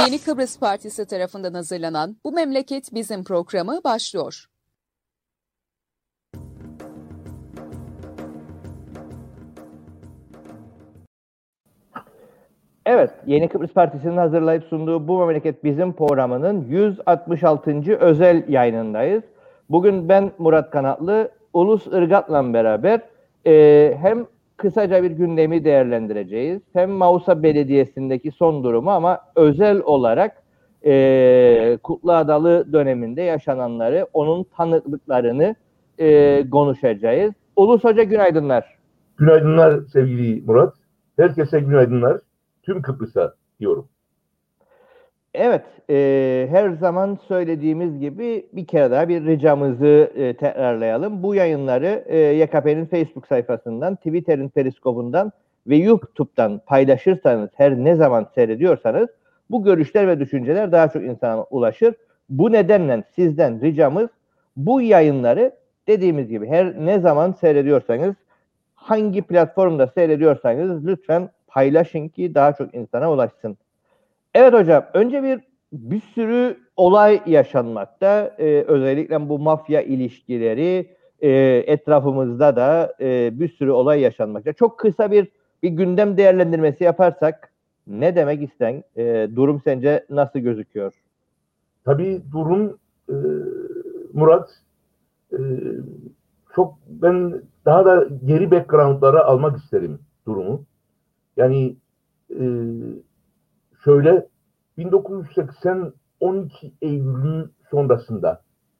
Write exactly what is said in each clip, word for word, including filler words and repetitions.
Yeni Kıbrıs Partisi tarafından hazırlanan Bu Memleket Bizim programı başlıyor. Evet, Yeni Kıbrıs Partisi'nin hazırlayıp sunduğu Bu Memleket Bizim programının yüz altmış altıncı özel yayınındayız. Bugün ben Murat Kanatlı, Ulus Irgat'la beraber e, hem kısaca bir gündemi değerlendireceğiz, hem Mausa Belediyesi'ndeki son durumu ama özel olarak e, Kutluadalı döneminde yaşananları, onun tanıklıklarını e, konuşacağız. Ulus Hoca günaydınlar. Günaydınlar sevgili Murat. Herkese günaydınlar. Tüm Kıbrıs'a diyorum. Evet, e, her zaman söylediğimiz gibi bir kere daha bir ricamızı e, tekrarlayalım. Bu yayınları e, Y K P'nin Facebook sayfasından, Twitter'in periskopundan ve YouTube'dan paylaşırsanız, her ne zaman seyrediyorsanız bu görüşler ve düşünceler daha çok insana ulaşır. Bu nedenle sizden ricamız bu yayınları dediğimiz gibi her ne zaman seyrediyorsanız, hangi platformda seyrediyorsanız lütfen paylaşın ki daha çok insana ulaşsın. Evet hocam, önce bir bir sürü olay yaşanmakta. Ee, özellikle bu mafya ilişkileri e, etrafımızda da e, bir sürü olay yaşanmakta. Çok kısa bir bir gündem değerlendirmesi yaparsak ne demek isten? E, durum sence nasıl gözüküyor? Tabii durum e, Murat e, çok ben daha da geri background'lara almak isterim durumu. Yani e, şöyle bin dokuz yüz seksen on iki Eylül'ü sonrasında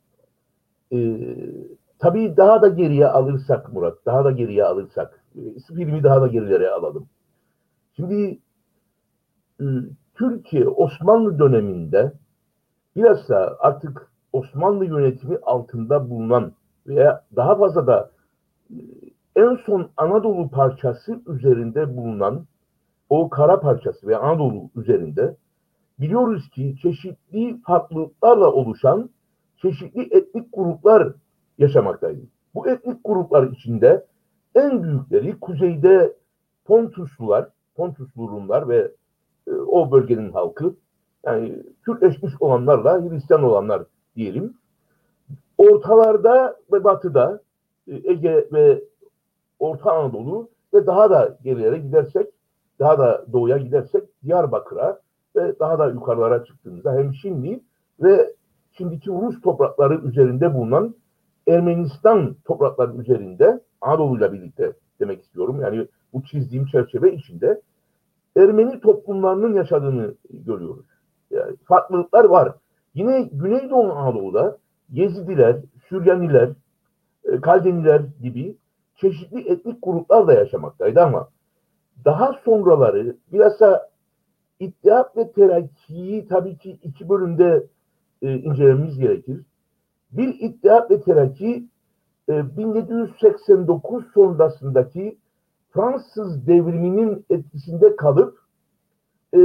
e, tabii daha da geriye alırsak Murat, daha da geriye alırsak e, filmi daha da gerilere alalım. Şimdi e, Türkiye Osmanlı döneminde bilhassa artık Osmanlı yönetimi altında bulunan veya daha fazla da e, en son Anadolu parçası üzerinde bulunan o kara parçası veya Anadolu üzerinde biliyoruz ki çeşitli farklılıklarla oluşan çeşitli etnik gruplar yaşamaktaydı. Bu etnik gruplar içinde en büyükleri kuzeyde Pontuslular, Pontuslu Rumlar ve e, o bölgenin halkı, yani Türkleşmiş olanlarla Hristiyan olanlar diyelim. Ortalarda ve batıda e, Ege ve Orta Anadolu ve daha da gerilere gidersek, daha da doğuya gidersek Diyarbakır'a ve daha da yukarılara çıktığımızda hem şimdi ve şimdiki Rus toprakları üzerinde bulunan Ermenistan toprakları üzerinde Anadolu'yla birlikte demek istiyorum. Yani bu çizdiğim çerçeve içinde Ermeni toplumlarının yaşadığını görüyoruz. Yani farklılıklar var. Yine Güneydoğu Anadolu'da Yezidiler, Süryaniler, Kaldeniler gibi çeşitli etnik gruplar da yaşamaktaydı ama daha sonraları bilhassa İttihat ve Terakki'yi tabii ki iki bölümde e, incelememiz gerekir. Bir, İttihat ve Terakki e, bin yedi yüz seksen dokuz sonrasındaki Fransız devriminin etkisinde kalıp e,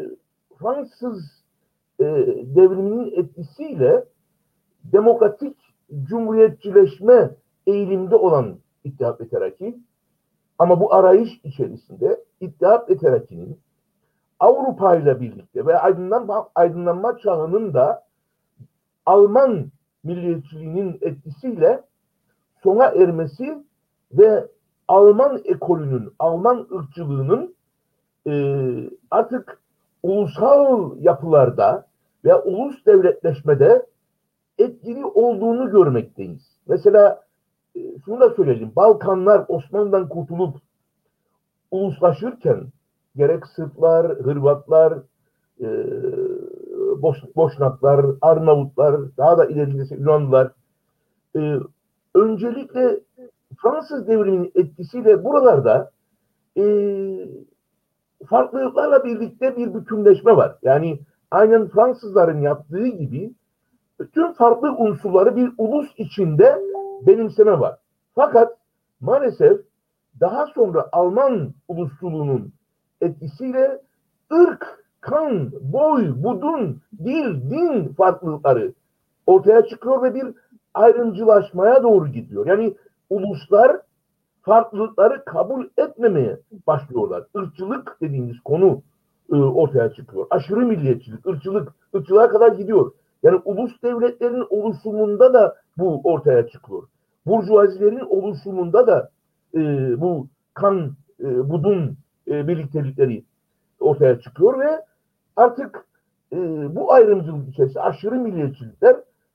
Fransız e, devriminin etkisiyle demokratik cumhuriyetçileşme eğilimde olan İttihat ve Terakki, ama bu arayış içerisinde İttihat ve Terakki'nin Avrupa ile birlikte ve aydınlanma, aydınlanma çağının da Alman milliyetçiliğinin etkisiyle sona ermesi ve Alman ekolünün, Alman ırkçılığının e, artık ulusal yapılarda ve ulus devletleşmede etkili olduğunu görmekteyiz. Mesela e, şunu da söyleyelim, Balkanlar Osmanlı'dan kurtulup uluslaşırken gerek Sırplar, Hırvatlar, e, Boş, Boşnaklar, Arnavutlar, daha da ileride Yunanlılar e, öncelikle Fransız devriminin etkisiyle buralarda e, farklılıklarla birlikte bir bütünleşme var. Yani aynen Fransızların yaptığı gibi tüm farklı unsurları bir ulus içinde benimseme var. Fakat maalesef daha sonra Alman ulusçuluğunun etkisiyle ırk, kan, boy, budun, dil, din farklılıkları ortaya çıkıyor ve bir ayrımcılaşmaya doğru gidiyor. Yani uluslar farklılıkları kabul etmemeye başlıyorlar. Irkçılık dediğimiz konu e, ortaya çıkıyor. Aşırı milliyetçilik, ırkçılık, ırkçılığa kadar gidiyor. Yani ulus devletlerin oluşumunda da bu ortaya çıkıyor. Burjuvazilerin oluşumunda da e, bu kan, e, budun e, birliktelikleri ortaya çıkıyor ve artık e, bu ayrımcılık içerisinde aşırı milliyetçilikler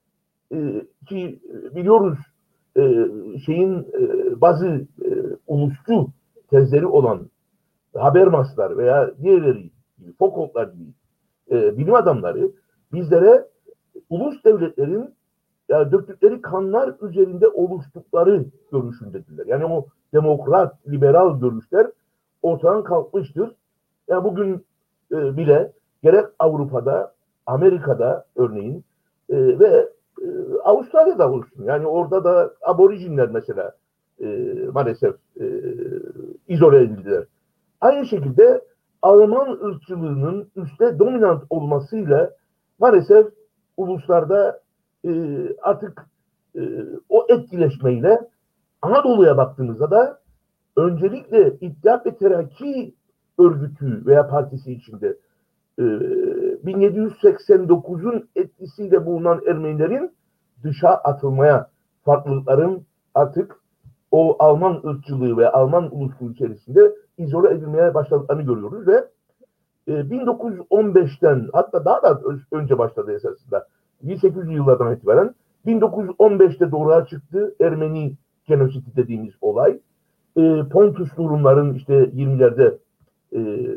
e, ki biliyoruz e, şeyin e, bazı e, ulusçu tezleri olan Habermaslar veya diğerleri gibi, Foucault'lar gibi e, bilim adamları bizlere ulus devletlerin yani döktükleri kanlar üzerinde oluştukları görüşündedirler. Yani o demokrat, liberal görüşler ortadan kalkmıştır. Yani bugün e, bile gerek Avrupa'da, Amerika'da örneğin e, ve e, Avustralya'da olsun. Yani orada da aborijinler mesela e, maalesef e, izole edildiler. Aynı şekilde Alman ırkçılığının üstte dominant olmasıyla maalesef uluslarda e, artık e, o etkileşmeyle Anadolu'ya baktığımızda da öncelikle İttihat ve Terakki örgütü veya partisi içinde e, bin yedi yüz seksen dokuzun etkisiyle bulunan Ermenilerin dışa atılmaya, farklılıkların artık o Alman ırkçılığı ve Alman ulusluğu içerisinde izole edilmeye başladıklarını görüyoruz ve e, bin dokuz yüz on beşten hatta daha da önce başladı esasında bin sekiz yüzlü yıllardan itibaren bin dokuz yüz on beşte doğruğa çıktı Ermeni genositi dediğimiz olay. E, Pontuslu Rumların işte yirmilerde e,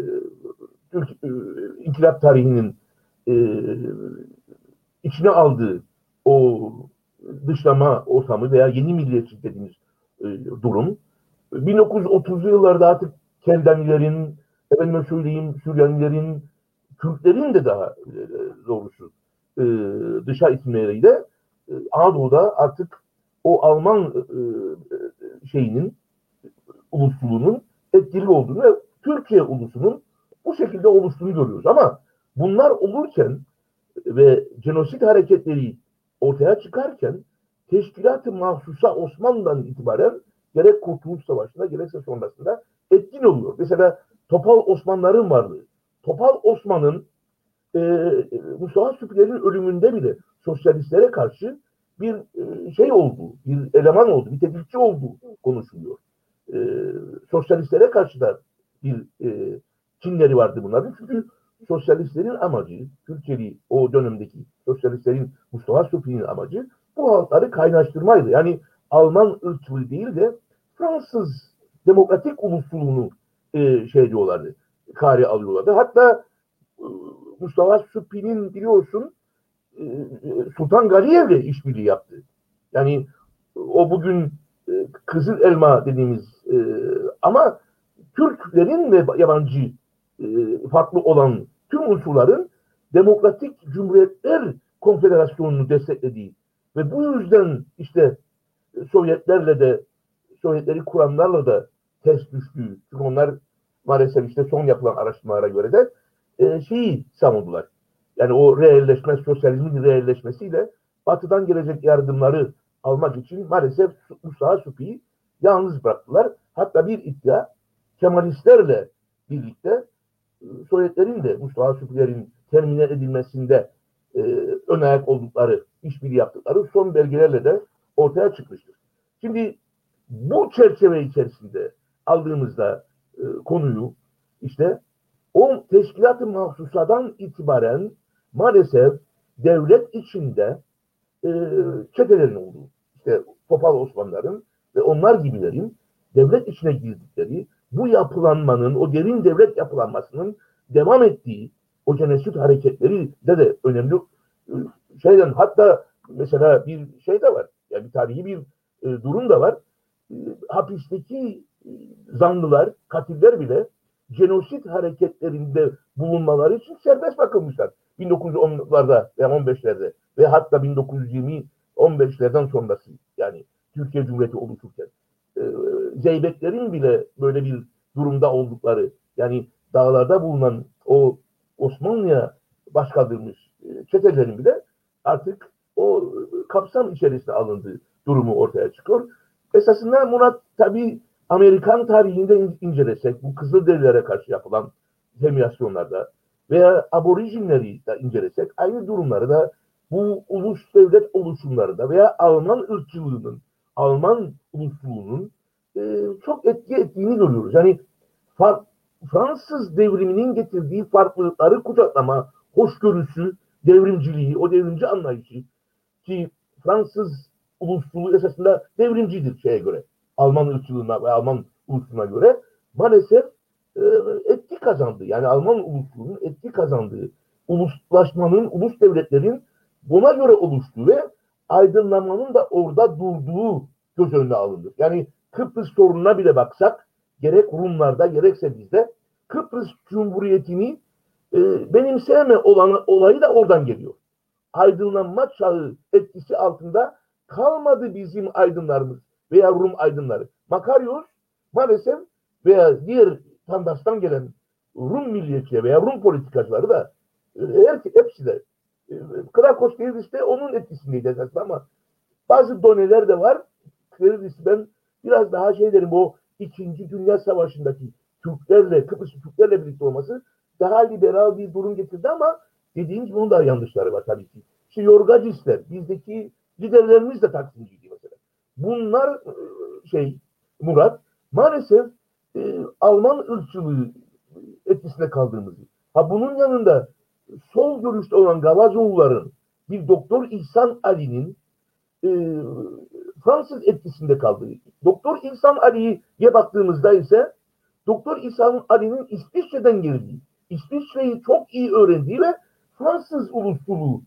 Türk e, İnkılap tarihinin e, içine aldığı o dışlama ortamı veya yeni milliyetçilik dediğimiz e, durum. bin dokuz yüz otuzlu yıllarda artık Keldanilerin, efendime söyleyeyim Süryanilerin, Kürtlerin de daha e, doğrusu e, dışa itmeleriyle e, Anadolu'da artık o Alman e, şeyinin ulusluğunun etkili olduğunu ve Türkiye ulusunun bu şekilde oluştuğunu görüyoruz. Ama bunlar olurken ve genosit hareketleri ortaya çıkarken Teşkilat-ı Mahsusa Osmanlı'dan itibaren gerek Kurtuluş Savaşı'nda gerekse sonrasında etkin oluyor. Mesela Topal Osmanların varlığı. Topal Osman'ın e, Mustafa Süpüler'in ölümünde bile sosyalistlere karşı bir e, şey olduğu, bir eleman olduğu, bir tetikçi olduğu konuşuluyor. E, sosyalistlere karşı da bir e, kinleri vardı bunların. Çünkü sosyalistlerin amacı, Türkiye'li o dönemdeki sosyalistlerin Mustafa Süpüler'in amacı bu halkları kaynaştırmaydı. Yani Alman ırkçılığı değil de Fransız demokratik ulusluğunu e, şey diyorlardı, kare alıyorlardı. Hatta e, Mustafa Süpüler'in biliyorsun e, Sultan Galiyev'le işbirliği yaptı. Yani o bugün e, Kızıl Elma dediğimiz e, ama Türklerin ve yabancı e, farklı olan tüm unsurların Demokratik Cumhuriyetler Konfederasyonu'nu desteklediği ve bu yüzden işte Sovyetlerle de Sovyetleri kuranlarla da ters düştüğü, çünkü onlar maalesef işte son yapılan araştırmalara göre de e, şeyi savundular. Yani o realleşme, sosyalizmin realleşmesiyle Batı'dan gelecek yardımları almak için maalesef Mustafa Süpü'yü yalnız bıraktılar. Hatta bir iddia Kemalistlerle birlikte Sovyetlerin de Mustafa Süpüler'in termine edilmesinde e, ön ayak oldukları, işbirliği yaptıkları son belgelerle de ortaya çıkmıştır. Şimdi bu çerçeve içerisinde aldığımızda e, konuyu işte o teşkilat-ı mahsusadan itibaren maalesef devlet içinde e, çetelerin olduğu, işte Topal Osmanlıların ve onlar gibilerin devlet içine girdikleri, bu yapılanmanın, o derin devlet yapılanmasının devam ettiği o genosit hareketleri de de önemli şeyden, hatta mesela bir şey de var, yani bir tarihi bir e, durum da var. E, hapisteki e, zanlılar, katiller bile genosit hareketlerinde bulunmaları için serbest bırakılmışlar. bin dokuz yüz onlarda veya on beşlerde ve hatta bin dokuz yüz yirmi on beşlerden sonrası, yani Türkiye Cumhuriyeti oluşurken e, Zeybeklerin bile böyle bir durumda oldukları, yani dağlarda bulunan o Osmanlı'ya baş kaldırmış e, çetelerin bile artık o kapsam içerisine alındığı durumu ortaya çıkıyor. Esasında Murat tabii Amerikan tarihinde incelesek, bu Kızılderililere karşı yapılan simülasyonlarda veya aborijinleri de incelesek aynı durumları da bu ulus devlet oluşumlarında veya Alman ırkçılığının, Alman ulusluğunun e, çok etki ettiğini görüyoruz. Yani fark, Fransız devriminin getirdiği farklılıkları kucaklama, hoşgörüsü, devrimciliği, o devrimci anlayışı ki Fransız ulusluğu esasında devrimcidir şeye göre. Alman ırkçılığına ve Alman ulusluğuna göre maalesef e, etki kazandı. Yani Alman ulusluğunun etki kazandığı, uluslaşmanın, ulus devletlerin buna göre oluştuğu ve aydınlanmanın da orada durduğu göz önüne alınır. Yani Kıbrıs sorununa bile baksak, gerek Rumlarda gerekse bizde Kıbrıs Cumhuriyeti'ni e, benimseme olan, olayı da oradan geliyor. Aydınlanma çağı etkisi altında kalmadı bizim aydınlarımız veya Rum aydınları. Makarios maalesef veya diğer Tandaş'tan gelen Rum milliyetçileri veya Rum politikacıları da her, hepsi de Krakos Kredis de onun etkisindeydi esasında ama bazı doneler de var. Kredis ben biraz daha şey derim, o İkinci Dünya Savaşı'ndaki Türklerle, Kıbrıs Türklerle birlikte olması daha liberal bir durum getirdi ama dediğim gibi onun da yanlışları var tabii ki. İşte Yorgacistler, bizdeki liderlerimiz de Taksimciydi mesela. Bunlar şey Murat maalesef e, Alman ırkçılığı etkisinde kaldığımızı. Ha bunun yanında sol görüşte olan Gavazoğulların bir Doktor İhsan Ali'nin e, Fransız etkisinde kaldığı. Doktor İhsan Ali'ye baktığımızda ise Doktor İhsan Ali'nin İsviçre'den geldiği, İsviçre'yi çok iyi öğrendiği ve Fransız ulusçuluğu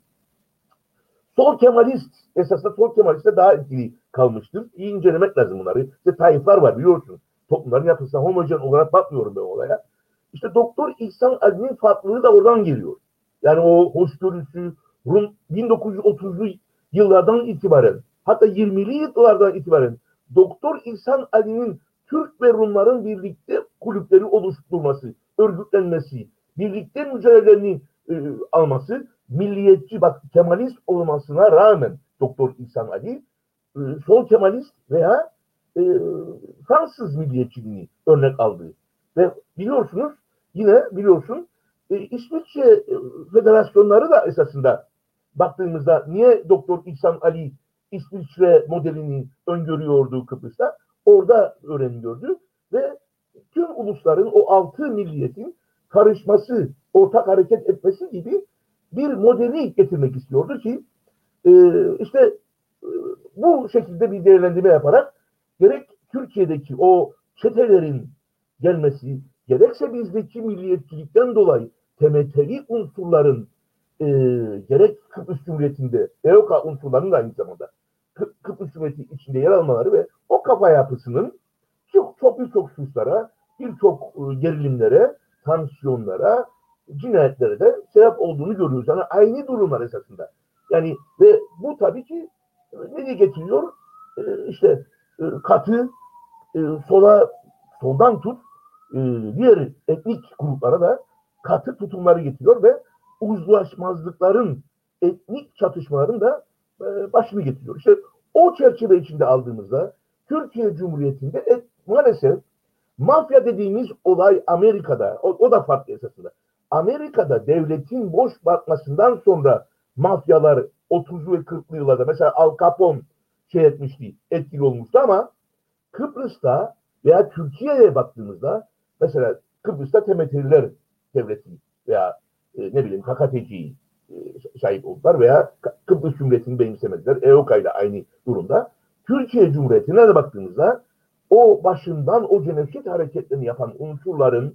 sol Kemalist, esasında sol Kemalist'e daha etkili kalmıştır. İyi incelemek lazım bunları. İşte tayflar var biliyorsun. Toplumların yapısına homojen olarak bakmıyorum ben olaya. İşte Doktor İhsan Ali'nin farklılığı da oradan geliyor. Yani o hoşgörüsü Rum bin dokuz yüz otuzlu yıllardan itibaren hatta yirmili yıllardan itibaren Doktor İhsan Ali'nin Türk ve Rumların birlikte kulüpleri oluşturması, örgütlenmesi, birlikte mücadelelerini e, alması, milliyetçi, bak Kemalist olmasına rağmen Doktor İhsan Ali e, sol Kemalist veya e, Fransız milliyetçiliğini örnek aldı. Ve biliyorsunuz yine biliyorsun e, İsviçre e, federasyonları da esasında baktığımızda niye Doktor İhsan Ali İsviçre modelini öngörüyordu Kıbrıs'ta? Orada öğrenim gördü ve tüm ulusların o altı milliyetin karışması, ortak hareket etmesi gibi bir modeli getirmek istiyordu ki e, işte e, bu şekilde bir değerlendirme yaparak gerek Türkiye'deki o çetelerin gelmesi, gerekse bizdeki milliyetçilikten dolayı temeteli unsurların e, gerek Kıbrıs Cumhuriyeti'nde E O K unsurlarının da aynı zamanda Kı Kıbrıs Cumhuriyeti içinde yer almaları ve o kafa yapısının çok çok birçok suçlara, birçok e, gerilimlere, tansiyonlara, cinayetlere de sebep olduğunu görüyoruz. Yani aynı durumlar esasında. Yani ve bu tabii ki e, ne getiriyor? E, işte e, katı e, sola soldan tut e, diğer etnik gruplara da katı tutumları getiriyor ve uzlaşmazlıkların, etnik çatışmaların da e, başını getiriyor. İşte o çerçeve içinde aldığımızda Türkiye Cumhuriyeti'nde et, maalesef mafya dediğimiz olay Amerika'da, o, o da farklı esasında. Amerika'da devletin boş bakmasından sonra mafyalar otuzlu ve kırklı yıllarda mesela Al Capone şey etmişti, etkili olmuştu ama Kıbrıs'ta veya Türkiye'ye baktığımızda mesela Kıbrıs'ta Temeteliler devleti veya e, ne bileyim K K T C'yi e, sahip oldular veya Kıbrıs Cumhuriyeti'ni benimsemediler. E O K ile aynı durumda. Türkiye Cumhuriyeti'ne de baktığımızda o başından o cenevşit hareketlerini yapan unsurların,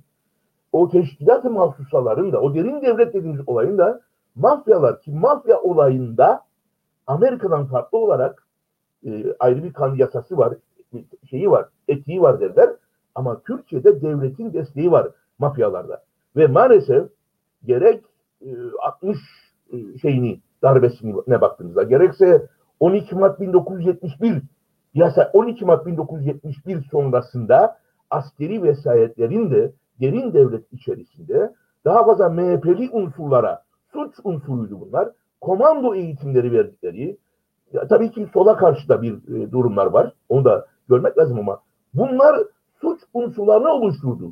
o teşkilat-ı mahsusaların da, o derin devlet dediğimiz olayın da mafyalar ki mafya olayında Amerika'dan farklı olarak e, ayrı bir kanun yasası var, şeyi var, etiği var derler. Ama Türkiye'de devletin desteği var mafyalarda. Ve maalesef gerek e, altmış e, şeyini, darbesine baktığımızda, gerekse on iki Mart bin dokuz yüz yetmiş bir yasa on iki Mart bin dokuz yüz yetmiş bir sonrasında askeri vesayetlerin de derin devlet içerisinde daha fazla M H P'li unsurlara, suç unsuruydu bunlar, komando eğitimleri verdikleri, ya, tabii ki sola karşı da bir e, durumlar var, onu da görmek lazım ama bunlar suç unsurlarını oluşturdu.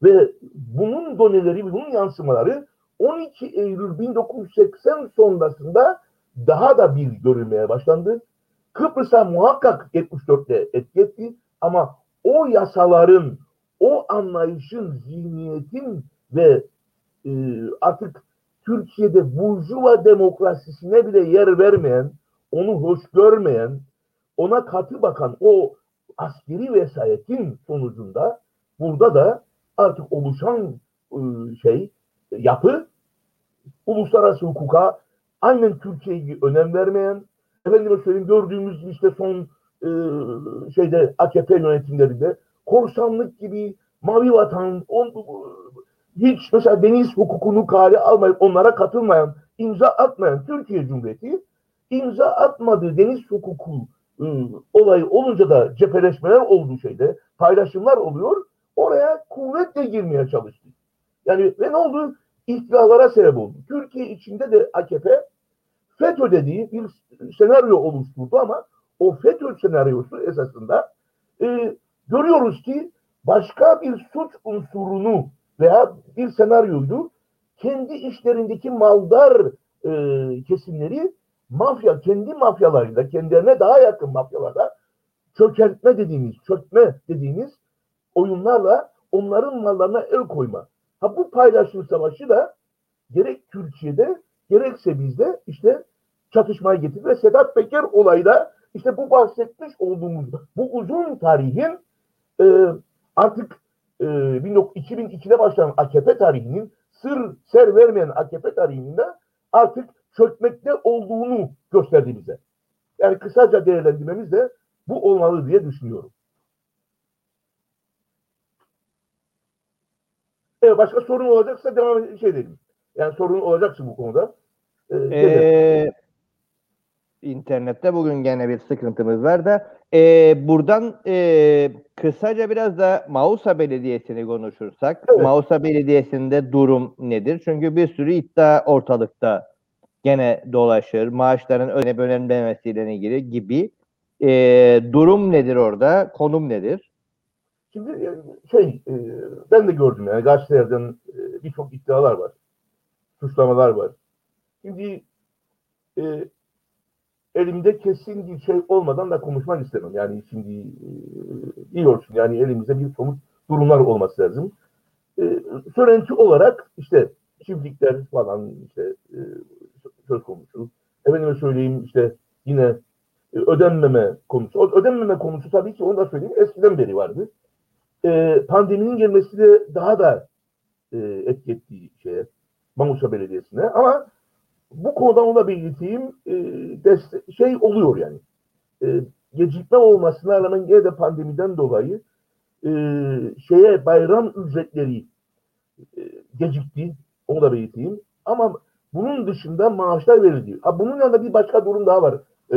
Ve bunun doneleri, bunun yansımaları on iki Eylül bin dokuz yüz seksen sonrasında daha da bir görülmeye başlandı. Kıbrıs'a muhakkak yetmiş dörtte etki etti ama o yasaların, o anlayışın, zihniyetin ve e, artık Türkiye'de burjuva demokrasisine bile yer vermeyen, onu hoş görmeyen, ona katı bakan o askeri vesayetin sonucunda burada da artık oluşan e, şey, yapı uluslararası hukuka aynen Türkiye'ye önem vermeyen, efendime söyleyeyim gördüğümüz işte son e, şeyde A K P yönetimlerinde korsanlık gibi mavi vatan on, hiç mesela deniz hukukunu kale almayıp onlara katılmayan, imza atmayan Türkiye Cumhuriyeti imza atmadığı deniz hukuku e, olayı olunca da cepheleşmeler olduğu şeyde paylaşımlar oluyor. Oraya kuvvetle girmeye çalıştı. Yani ve ne oldu? İhtilallara sebep oldu. Türkiye içinde de A K P FETÖ dediği bir senaryo oluşturdu ama o FETÖ senaryosu esasında e, görüyoruz ki başka bir suç unsurunu veya bir senaryoydu. Kendi işlerindeki maldar e, kesimleri mafya, kendi mafyalarıyla, kendilerine daha yakın mafyalarla çökertme dediğimiz, çökme dediğimiz oyunlarla onların mallarına el koyma. Ha bu paylaşım savaşı da gerek Türkiye'de gerekse bizde işte çatışmaya getirdi ve Sedat Peker olayı da işte bu bahsetmiş olduğumuz bu uzun tarihin e, artık e, iki bin ikide başlayan A K P tarihinin sır ser vermeyen A K P tarihinin de artık çökmekte olduğunu gösterdi bize. Yani kısaca değerlendirmemiz de bu olmalı diye düşünüyorum. Evet, başka sorun olacaksa devam şey edelim. Yani sorun olacaksa bu konuda. Ee, ee, internette bugün gene bir sıkıntımız var da e, buradan e, kısaca biraz da Mausa Belediyesi'ni konuşursak. Evet. Mausa Belediyesi'nde durum nedir? Çünkü bir sürü iddia ortalıkta gene dolaşır. Maaşların ödenip ödenmemesiyle ilgili gibi. E, durum nedir orada? Konum nedir? Şimdi şey e, ben de gördüm yani gazetelerden e, birçok iddialar var. Suçlamalar var. Şimdi e, elimde kesin bir şey olmadan da konuşmak istemem. Yani şimdi e, biliyorsun yani elimizde bir somut durumlar olması lazım. E, söylenti olarak işte çiftlikler falan işte e, söz konusu. Efendime söyleyeyim işte yine e, ödenmeme konusu. O ödenmeme konusu tabii ki onu da söyleyeyim eskiden beri vardı. E, pandeminin gelmesi de daha da e, etki ettiği şeye, Manisa Belediyesi'ne ama bu konuda ona belirteyim e, deste- şey oluyor yani. E, gecikme olmasına rağmen yine de pandemiden dolayı e, şeye bayram ücretleri e, gecikti. Onu da belirteyim. Ama bunun dışında maaşlar verildi. Ha, bunun yanında bir başka durum daha var. E,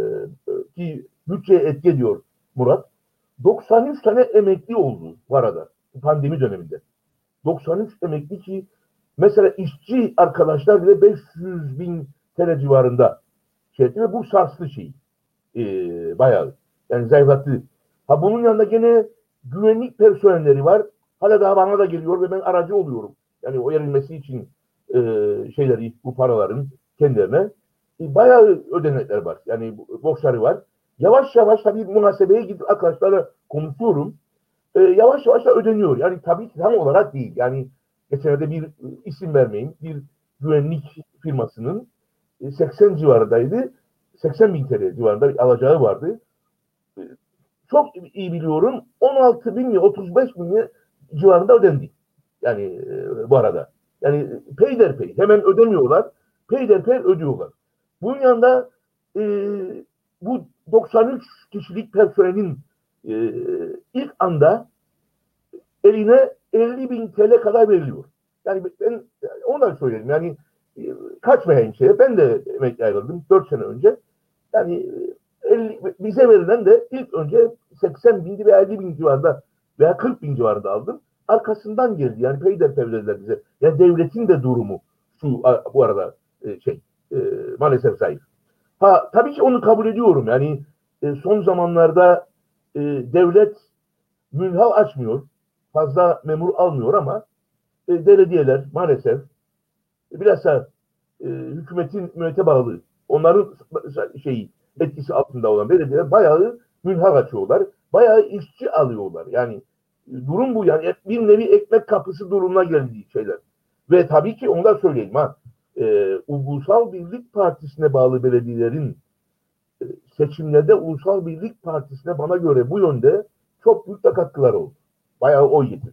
ki bütçeye etki ediyor Murat. doksan üç tane emekli oldu bu arada pandemi döneminde. doksan üç emekli ki mesela işçi arkadaşlar bile beş yüz bin T L civarında şey etti ve bu sarstı şey. E, bayağı. Yani zayıflattı. Ha bunun yanında gene güvenlik personelleri var. Hala daha bana da geliyor ve ben aracı oluyorum. Yani o verilmesi için e, şeyleri, bu paraların kendilerine e, bayağı ödenekler var. Yani borçları var. Yavaş yavaş tabii muhasebeye gidip arkadaşlarla konuşuyorum. E, yavaş yavaş da ödeniyor. Yani tabii ki tam olarak değil. Yani geçenlerde bir isim vermeyeyim. Bir güvenlik firmasının seksen civarındaydı. seksen bin T L civarında bir alacağı vardı. Çok iyi biliyorum. on altı bin ya otuz beş bin civarında ödendi. Yani e, bu arada. Yani peyderpey. Hemen ödemiyorlar. Peyderpey ödüyorlar. Bunun yanında e, bu doksan üç kişilik personelin e, ilk anda eline elli bin T L kadar veriliyor. Yani ben onu da söyledim. Yani e, kaçmayayım şeye. Ben de emekli ayrıldım dört sene önce. Yani elli, bize verilen de ilk önce seksen bindi ve elli bin civarında veya kırk bin civarında aldım. Arkasından geldi. Yani peyderpey verdiler bize. Yani devletin de durumu şu bu arada e, şey e, maalesef zayıf. Ha tabii ki onu kabul ediyorum. Yani e, son zamanlarda e, devlet münhal açmıyor. fazla memur almıyor ama e, belediyeler maalesef e, bilhassa e, hükümetin müete bağlı, onların şeyi etkisi altında olan belediyeler bayağı münhal açıyorlar. Bayağı işçi alıyorlar. Yani e, durum bu. Yani bir nevi ekmek kapısı durumuna geldiği şeyler. Ve tabii ki onu da söyleyeyim ha. E, Ulusal Birlik Partisi'ne bağlı belediyelerin e, seçimlerde Ulusal Birlik Partisi'ne bana göre bu yönde çok büyük de katkılar oldu. Bayağı oy getiriyor.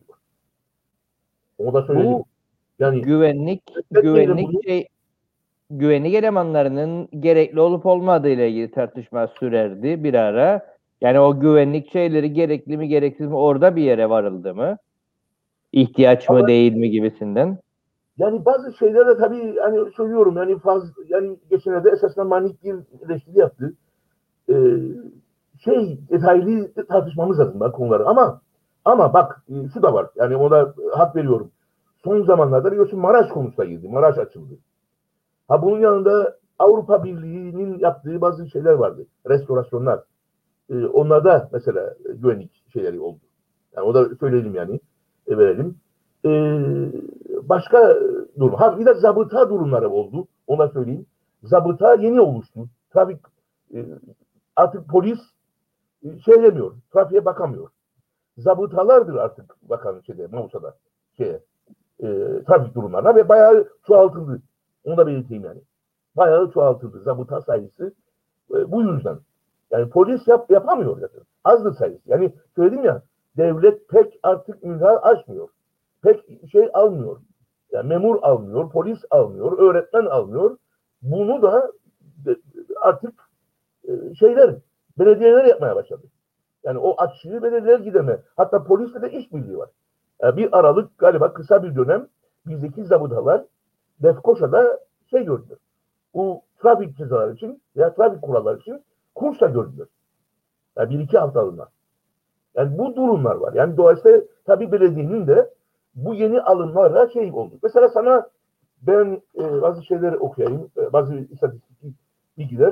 Onu da söyleyeyim. Bu Yani güvenlik güvenlik şey güvenlik elemanlarının gerekli olup olmadığı ile ilgili tartışma sürerdi bir ara. Yani o güvenlik şeyleri gerekli mi gereksiz mi orada bir yere varıldı mı? İhtiyaç mı ama değil mi gibisinden. yani bazı şeyler de tabii hani söylüyorum yani fazla yani geçenlerde esasında Manik bir eleştiri yaptı. Ee, şey detaylı tartışmamız lazım bu konuları ama ama bak e, şu da var yani ona hak veriyorum. Son zamanlarda biliyorsun Maraş konusuna girdi. Maraş açıldı. Ha bunun yanında Avrupa Birliği'nin yaptığı bazı şeyler vardı. Restorasyonlar. Ee, onlarda mesela güvenlik şeyleri oldu. Yani o da söyleyelim yani. E, verelim. Ee, başka durum. Ha bir de zabıta durumları oldu. Ona söyleyeyim. Zabıta yeni oluştu. Trafik e, artık polis e, şey demiyor. Trafiğe bakamıyor. Zabıtalardır artık bakan şeyde, Mausa'da şeye, e, trafik durumlarına ve bayağı çoğaltıldı. Onu da belirteyim yani. Bayağı çoğaltıldı. Zabıta sayısı e, bu yüzden. Yani polis yap, yapamıyor zaten. Azdır sayısı. Yani söyledim ya devlet pek artık müdahale açmıyor. Pek şey almıyor. Yani memur almıyor, polis almıyor, öğretmen almıyor. Bunu da artık e, şeyler, belediyeler yapmaya başladı. Yani o açığı belediyeler gideme. Hatta polisle de işbirliği var. Yani bir aralık galiba kısa bir dönem bizdeki zabıtalar Lefkoşa'da şey gördüler. Bu trafik cezaları için veya trafik kuralları için kursla gördüler. Yani bir iki haftalığına. Yani bu durumlar var. Yani dolayısıyla tabii belediyenin de bu yeni alımlarla şey oldu. Mesela sana ben e, bazı şeyleri okuyayım. E, bazı istatistik bilgiler.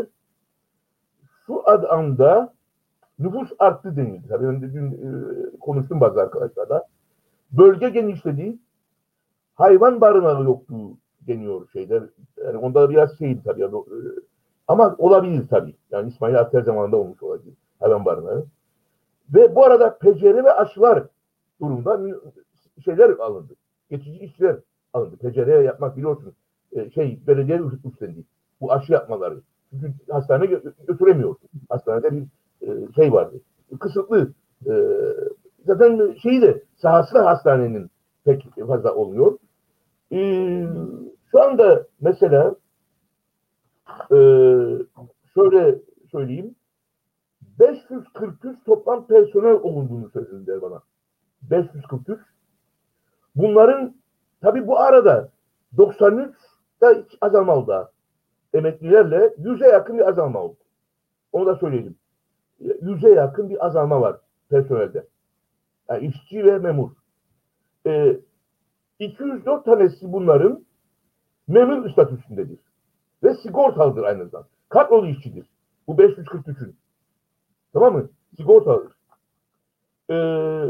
Şu anda nüfus arttı denildi. Tabii ben de dün e, konuştum bazı arkadaşlarla. Bölge genişledi. Hayvan barınağı yoktu deniyor şeyler. Yani onda biraz şeydi tabii. Yani, e, ama olabilir tabii. Yani İsmail Hakkı zamanında olmuş olabilir. Hayvan barınağı. Ve bu arada pecere ve aşılar durumda şeyler alındı. Geçici işçiler alındı. Pecereye yapmak biliyorsun. E, şey belediye üstlendi. Bu aşı yapmaları. Çünkü hastaneye gö- götüremiyor. Hastanede bir e, şey vardı. Kısıtlı e, zaten şeyi de sahası da hastanenin pek fazla olmuyor. E, şu anda mesela e, şöyle söyleyeyim. beş yüz kırk üç toplam personel olunduğunu söylediler bana. beş yüz kırk üç. Bunların tabi bu arada doksan üçte hiç azalma oldu. Emeklilerle yüze yakın bir azalma oldu. Onu da söyleyelim. Yüze yakın bir azalma var personelde. Yani işçi ve memur. Ee, iki yüz dört tanesi bunların memur statüsündedir. Ve sigortalıdır aynı zamanda. Kadrolu işçidir. Bu beş yüz kırk üçün. Tamam mı? Sigortalıdır. Ee,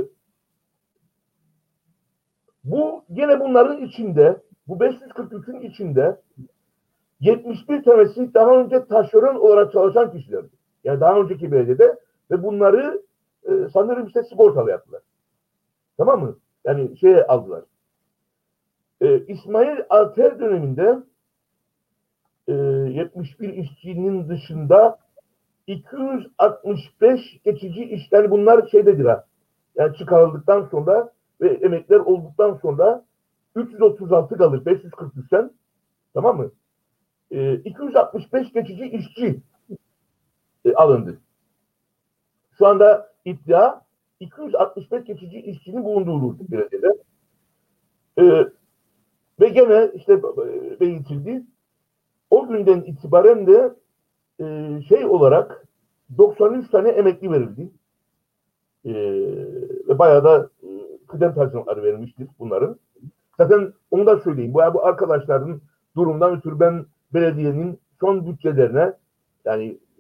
bu gene bunların içinde, bu beş yüz kırk üçün içinde yetmiş bir tanesi daha önce taşeron olarak çalışan kişilerdi. Yani daha önceki belediyede ve bunları e, sanırım işte sigortalı yaptılar. Tamam mı? Yani şeye aldılar. E, İsmail Alter döneminde e, yetmiş bir işçinin dışında iki yüz altmış beş geçici iş, yani bunlar şeydedir ha. Yani çıkarıldıktan sonra ve emekler olduktan sonra üç yüz otuz altı kalır beş yüz kırk üçten. Tamam mı? E, iki yüz altmış beş geçici işçi e, alındı. Şu anda iddia iki yüz altmış beş geçici işçinin bulunduğu belediyede. E, ve gene işte e, belirtildi. O günden itibaren de e, şey olarak doksan üç tane emekli verildi. E, ve bayağı da e, kıdem tazminatları verilmiştir bunların. Zaten onu da söyleyeyim. Bu, bu arkadaşların durumdan ötürü ben belediyenin son bütçelerine yani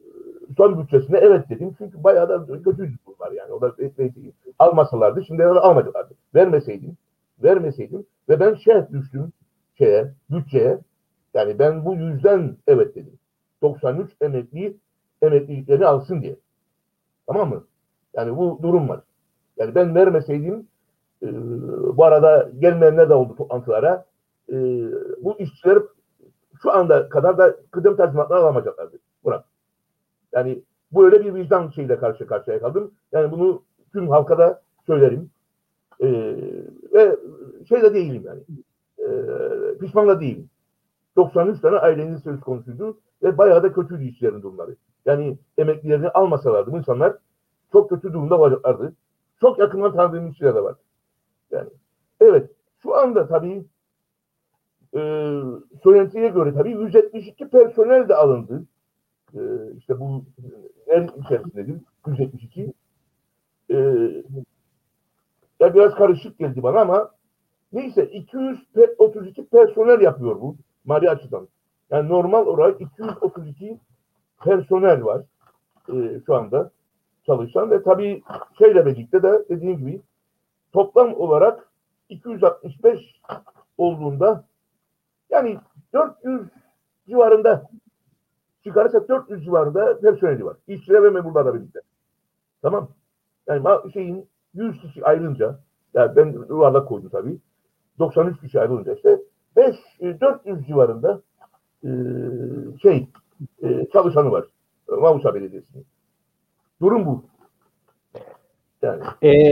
son bütçesine evet dedim. Çünkü bayağı da kötü bunlar yani. O da almasalardı şimdi almadılardı. Vermeseydim, vermeseydim ve ben şey düştüm şeye, bütçeye. Yani ben bu yüzden evet dedim. doksan üç emekli emekliliklerini alsın diye. Tamam mı? Yani bu durum var. Yani ben vermeseydim e, bu arada gelmeyenler de oldu toplantılara. E, bu işçiler şu anda kadar da kıdem tazminatları alamayacaklardı. Murat. Yani böyle bir vicdan şeyle karşı karşıya kaldım. Yani bunu tüm halka da söylerim. Ee, ve şey de değilim yani. Ee, pişman da değilim. doksan üç tane ailenin söz konusuydu ve bayağı da kötüydü işçilerin durumları. Yani emeklilerini almasalardı bu insanlar çok kötü durumda olacaklardı. Çok yakından tanıdığım işçiler de var. Yani evet. Şu anda tabii e, söylentiye göre tabii yüz yetmiş iki personel de alındı. E, işte bu her içerisindedir. yüz yetmiş iki. E, ya biraz karışık geldi bana ama neyse iki yüz otuz iki personel yapıyor bu mali açıdan. Yani normal olarak iki yüz otuz iki personel var e, şu anda çalışan ve tabii şeyle birlikte de dediğim gibi toplam olarak iki yüz altmış beş olduğunda yani dört yüz civarında çıkarırsa dört yüz civarında personeli var. İşçiler ve memurlarla birlikte. Tamam. Yani şeyin yüz kişi ayrılınca yani ben yuvarlak koydum tabii. doksan üç kişi ayrılınca işte beş dört yüz civarında e, şey e, çalışanı var. Mamusa Belediyesi'nin. Durum bu. Yani.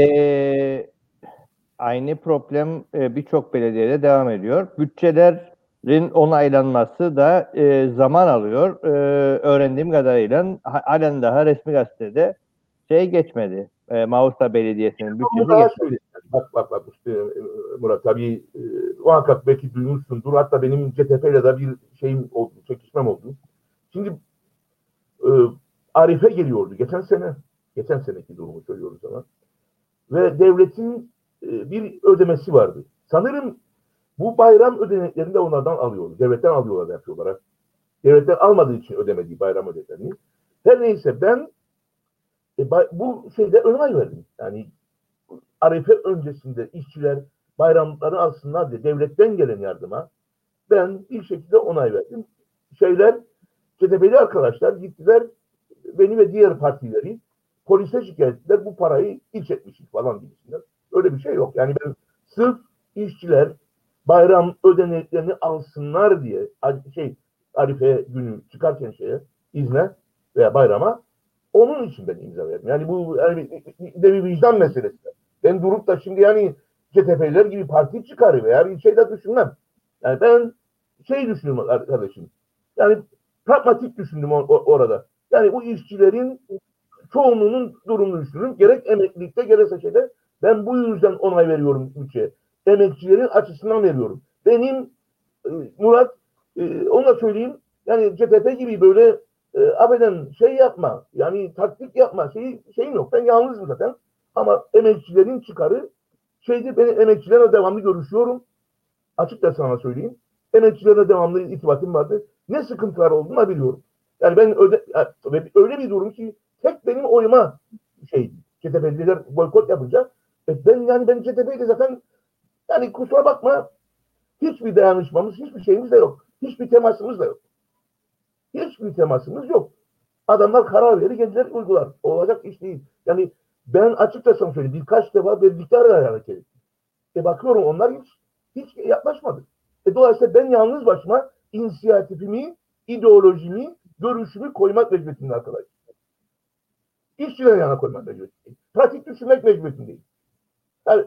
Ee, aynı problem e, birçok belediyede devam ediyor. Bütçelerin onaylanması da e, zaman alıyor. E, öğrendiğim kadarıyla halen daha resmi gazetede şey geçmedi. E, Mausa Belediyesi'nin bütçesi geçmedi. Bak bak bak işte, Murat tabii e, muhakkak belki duymuşsundur. Hatta benim C T P ile de bir şeyim oldu, çekişmem oldu. Şimdi e, Arife geliyordu geçen sene. Geçen seneki durumu söylüyoruz ama. Ve devletin e, bir ödemesi vardı. Sanırım bu bayram ödeneklerini de onlardan alıyorlar. Devletten alıyorlar yapıyorlar. Devletten almadığı için ödemediği bayram ödeneklerini. Her neyse ben e, bay, bu şeyde onay verdim. Yani Arife öncesinde işçiler bayramları alsınlar diye devletten gelen yardıma ben bir şekilde onay verdim. Şeyler, C T P'li arkadaşlar gittiler beni ve diğer partileri polise şikayet ettiler. Bu parayı iç etmişiz falan gibisinden. Öyle bir şey yok. Yani ben sırf işçiler bayram ödeneklerini alsınlar diye şey Arife günü çıkarken şeye izne veya bayrama onun için ben imza verdim. Yani bu yani de bir vicdan meselesi. Ben durup da şimdi yani C T P'liler gibi parti çıkarı veya bir şey de düşünmem. Yani ben şey düşünüyorum arkadaşım. Yani pragmatik düşündüm orada. Yani bu işçilerin çoğunluğunun durumunu düşünüyorum. Gerek emeklilikte gerekse şeyde ben bu yüzden onay veriyorum bütçeye. Emekçilerin açısından veriyorum. Benim e, Murat e, onu da söyleyeyim. Yani C T P gibi böyle e, abeden şey yapma. Yani taktik yapma. Şey, şeyim yok. Ben yalnızım zaten. Ama emekçilerin çıkarı şeydi. Ben emekçilerle devamlı görüşüyorum. Açık da sana söyleyeyim. Emekçilerle devamlı irtibatım vardı. Ne sıkıntılar olduğunu biliyorum. Yani ben öyle, öyle bir durum ki tek benim oyuma şey C T P'liler boykot yapınca e ben yani ben C T P'yle zaten yani kusura bakma hiçbir dayanışmamız, hiçbir şeyimiz de yok. Hiçbir temasımız da yok. Hiçbir temasımız yok. Adamlar karar verir, kendileri uygular. Olacak iş değil. Yani ben açıkça sana söyleyeyim. Birkaç defa birlikte hareket ettim. E bakıyorum onlar hiç hiç yaklaşmadı. E dolayısıyla ben yalnız başıma inisiyatifimi, ideolojimi, görüşümü koymak mecburiyetinde arkadaşlar. İşçilerin yanına koymak mecburiyetindeyim. Pratik düşünmek mecburiyetindeyim. Yani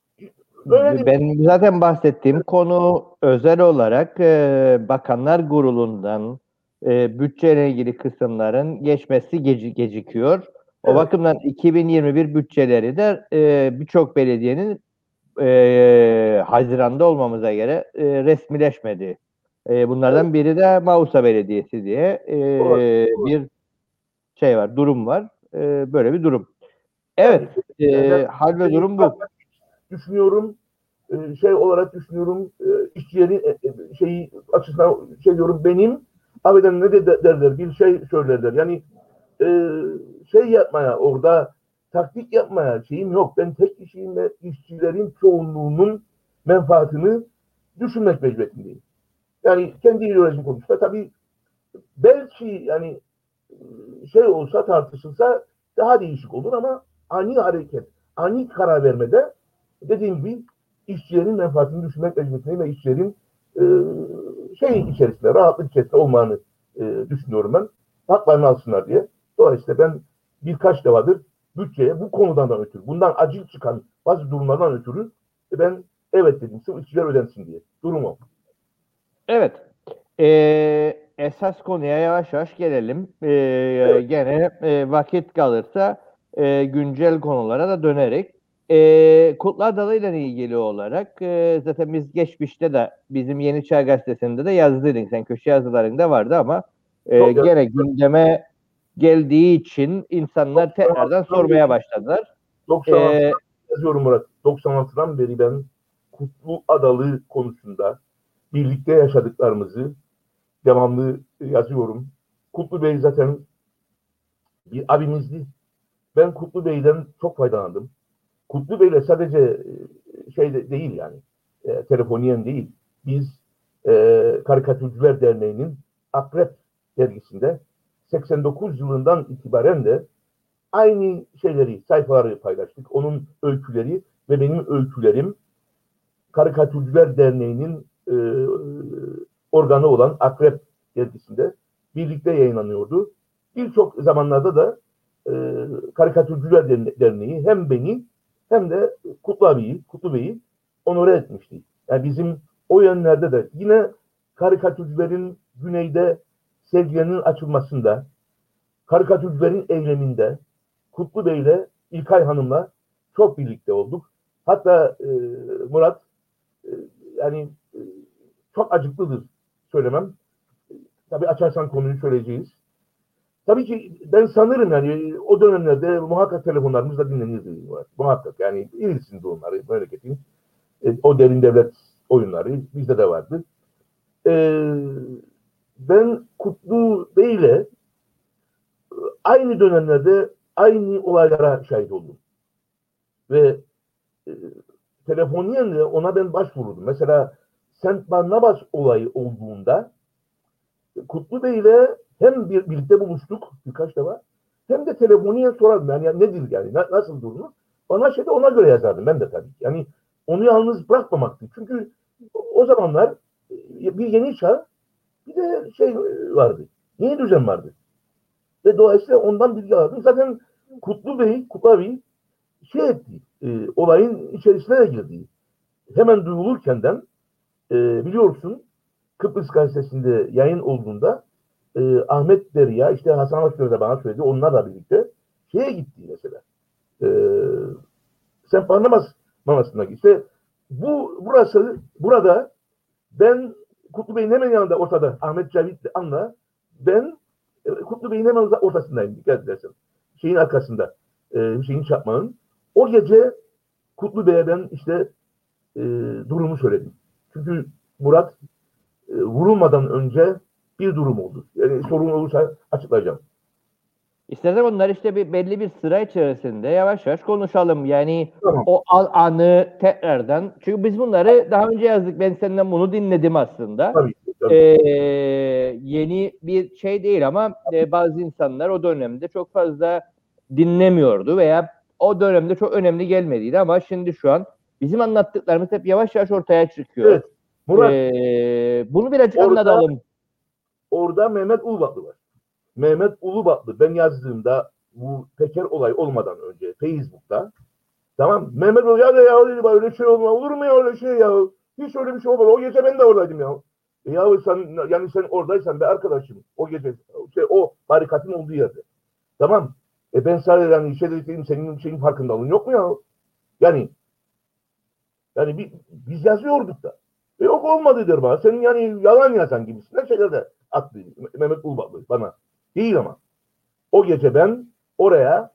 Böyle ben zaten bahsettiğim konu özel olarak e, Bakanlar Kurulu'ndan e, bütçeyle ilgili kısımların geçmesi geci, gecikiyor. O evet. Bakımdan iki bin yirmi bir bütçeleri de e, birçok belediyenin e, Haziran'da olmamıza göre e, resmileşmedi. E, bunlardan evet. biri de Mausa Belediyesi diye e, bir şey var, durum var. E, böyle bir durum. Evet, yani, e, hal ve durum bu. Düşünüyorum, şey olarak düşünüyorum, işçilerin şeyi açısından şey diyorum, benim abiden ne de derler, bir şey söylerler. Yani e, şey yapmaya, orada taktik yapmaya şeyim yok. Ben tek kişiyim ve işçilerin çoğunluğunun menfaatini düşünmek mecburiyetindeyim. Yani kendi ideolojim konusunda tabii belki yani şey olsa tartışılsa daha değişik olur ama ani hareket, ani karar vermede dediğim gibi işçilerin menfaatini düşünmek mecburiyetindeyim ve işçilerin e, şey içerisinde, rahatlık içerisinde olmanı e, düşünüyorum ben. Haklarını alsınlar diye. Dolayısıyla ben birkaç defadır bütçeye bu konudan da ötürü, bundan acil çıkan bazı durumlardan ötürü e, ben evet dedim. Sırf işçiler ödensin diye. Durum o. Evet. Ee, esas konuya yavaş yavaş gelelim. Ee, gene e, vakit kalırsa e, güncel konulara da dönerek. E, Kutlu Adalı ile ilgili olarak e, zaten biz geçmişte de bizim Yeni Çağ Gazetesi'nde de yazdıydın. Sen köşe yazılarında vardı ama e, Çok gene gündeme geldiği için insanlar tekrardan sormaya beri, başladılar. doksan altıdan E, yazıyorum Murat. doksan altıdan beri ben Kutlu Adalı konusunda birlikte yaşadıklarımızı devamlı yazıyorum. Kutlu Bey zaten bir abimizdi. Ben Kutlu Bey'den çok faydalandım. Kutlu Bey'le sadece şey de değil yani. E, telefoniyen değil. Biz e, Karikatürcüler Derneği'nin Akrep dergisinde seksen dokuz yılından itibaren de aynı şeyleri, sayfaları paylaştık. Onun öyküleri ve benim öykülerim Karikatürcüler Derneği'nin e, organı olan Akrep dergisinde birlikte yayınlanıyordu. Birçok zamanlarda da e, Karikatürcüler Derneği hem beni hem de Kutlu abiyi, Kutlu Bey'i onore etmişti. Yani bizim o yönlerde de yine karikatürcülerin güneyde sergilerinin açılmasında, karikatürcülerin eyleminde Kutlu Bey'le İlkay Hanım'la çok birlikte olduk. Hatta e, Murat e, yani e, çok acıklıdır söylemem. Tabii açarsan konuyu söyleyeceğiz. Tabii ki ben sanırım yani o dönemlerde muhakkak telefonlarımız da dinlenirdi. Muhakkak yani irisinde onları memleketin. E, o derin devlet oyunları bizde de vardı. E, ben Kutlu Bey'le aynı dönemlerde aynı olaylara şahit oldum. Ve e, telefoniyenle ona ben başvururdum. Mesela Saint Barnabas olayı olduğunda Kutlu Bey'le hem bir, birlikte buluştuk birkaç defa hem de telefoniyen sorardım. Yani, yani nedir yani na, nasıl durumu? Bana şeyde ona göre yazardım ben de tabii. Yani onu yalnız bırakmamaktı. Çünkü o zamanlar bir yeni çağ bir de şey vardı. Yeni düzen vardı. Ve dolayısıyla ondan bilgi aldım. Zaten Kutlu Bey, Kutlu Bey şey etti. E, olayın içerisine de girdi. Hemen duyulurkenden e, biliyorsun Kıbrıs Gazetesi'nde yayın olduğunda e, Ahmet Derya, işte Hasan Akgöz de bana söyledi. Onlarla birlikte şeye gitti mesela. E, Sen Barnabas Manası'na gitti. Bu, burası, burada ben Kutlu Bey'in hemen yanında ortada Ahmet Cavit'le Anla ben e, Kutlu Bey'in hemen ortasındayım. Dikkat edersen. Şeyin arkasında. E, Hüseyin Çapman'ın. O gece Kutlu Bey'e ben işte e, durumu söyledim. Çünkü Murat e, vurulmadan önce bir durum oldu. Yani sorun olursa açıklayacağım. İstersen bunlar işte bir belli bir sıra içerisinde yavaş yavaş konuşalım. Yani Tamam. o anı tekrardan. Çünkü biz bunları daha önce yazdık. Ben senden bunu dinledim aslında. Tabii. tabii. Ee, yeni bir şey değil ama e, bazı insanlar o dönemde çok fazla dinlemiyordu veya o dönemde çok önemli gelmediydi ama şimdi şu an bizim anlattıklarımız hep yavaş yavaş ortaya çıkıyor. Evet. Murat Ee, bunu birazcık orada, anlatalım. Orada Mehmet Ulubatlı var. Mehmet Ulubatlı ben yazdığımda bu Peker olay olmadan önce Facebook'ta tamam Mehmet Ulubatlı ya, ya dedi öyle şey olma olur mu ya öyle şey ya hiç öyle bir şey olmadı o gece ben de oradaydım ya. E ya sen yani sen oradaysan be arkadaşım o gece şey, o barikatın olduğu yerde. Tamam. E ben sadece yani şey dedim senin şeyin farkındalığın yok mu ya? Yani yani bir, biz yazıyorduk da. E yok olmadı der bana. Senin yani yalan yazan gibisinden şeyler de attı Mehmet Ulubatlı bana. Değil ama. O gece ben oraya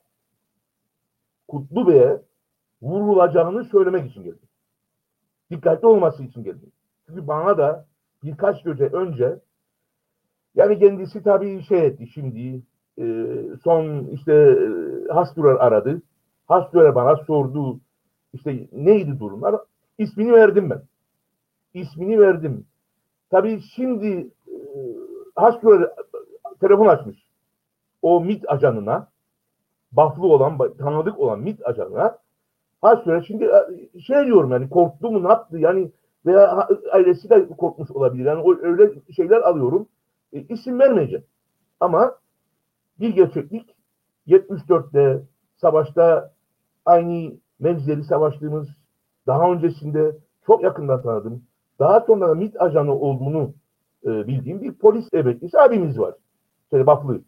Kutlu Bey'e vurulacağını söylemek için geldim. Dikkatli olması için geldim. Çünkü bana da birkaç gece önce yani kendisi tabii şey etti şimdi e, son işte e, Hasdurer aradı. Hasdurer bana sordu işte neydi durumlar? İsmini verdim ben. İsmini verdim. Tabii şimdi e, Hasdurer telefon açmış. O MİT ajanına, baflı olan, tanıdık olan MİT ajanına. Hasdurer şimdi şey diyorum yani korktu mu ne yaptı yani veya ailesi de korkmuş olabilir. Yani o, öyle şeyler alıyorum. E, isim vermeyeceğim. Ama bir gerçeklik yetmiş dörtte savaşta aynı mevzileri savaştığımız daha öncesinde çok yakından tanıdım. Daha sonra da MİT ajanı olduğunu e, bildiğim bir polis emeklisi abimiz var. Şöyle Baflı.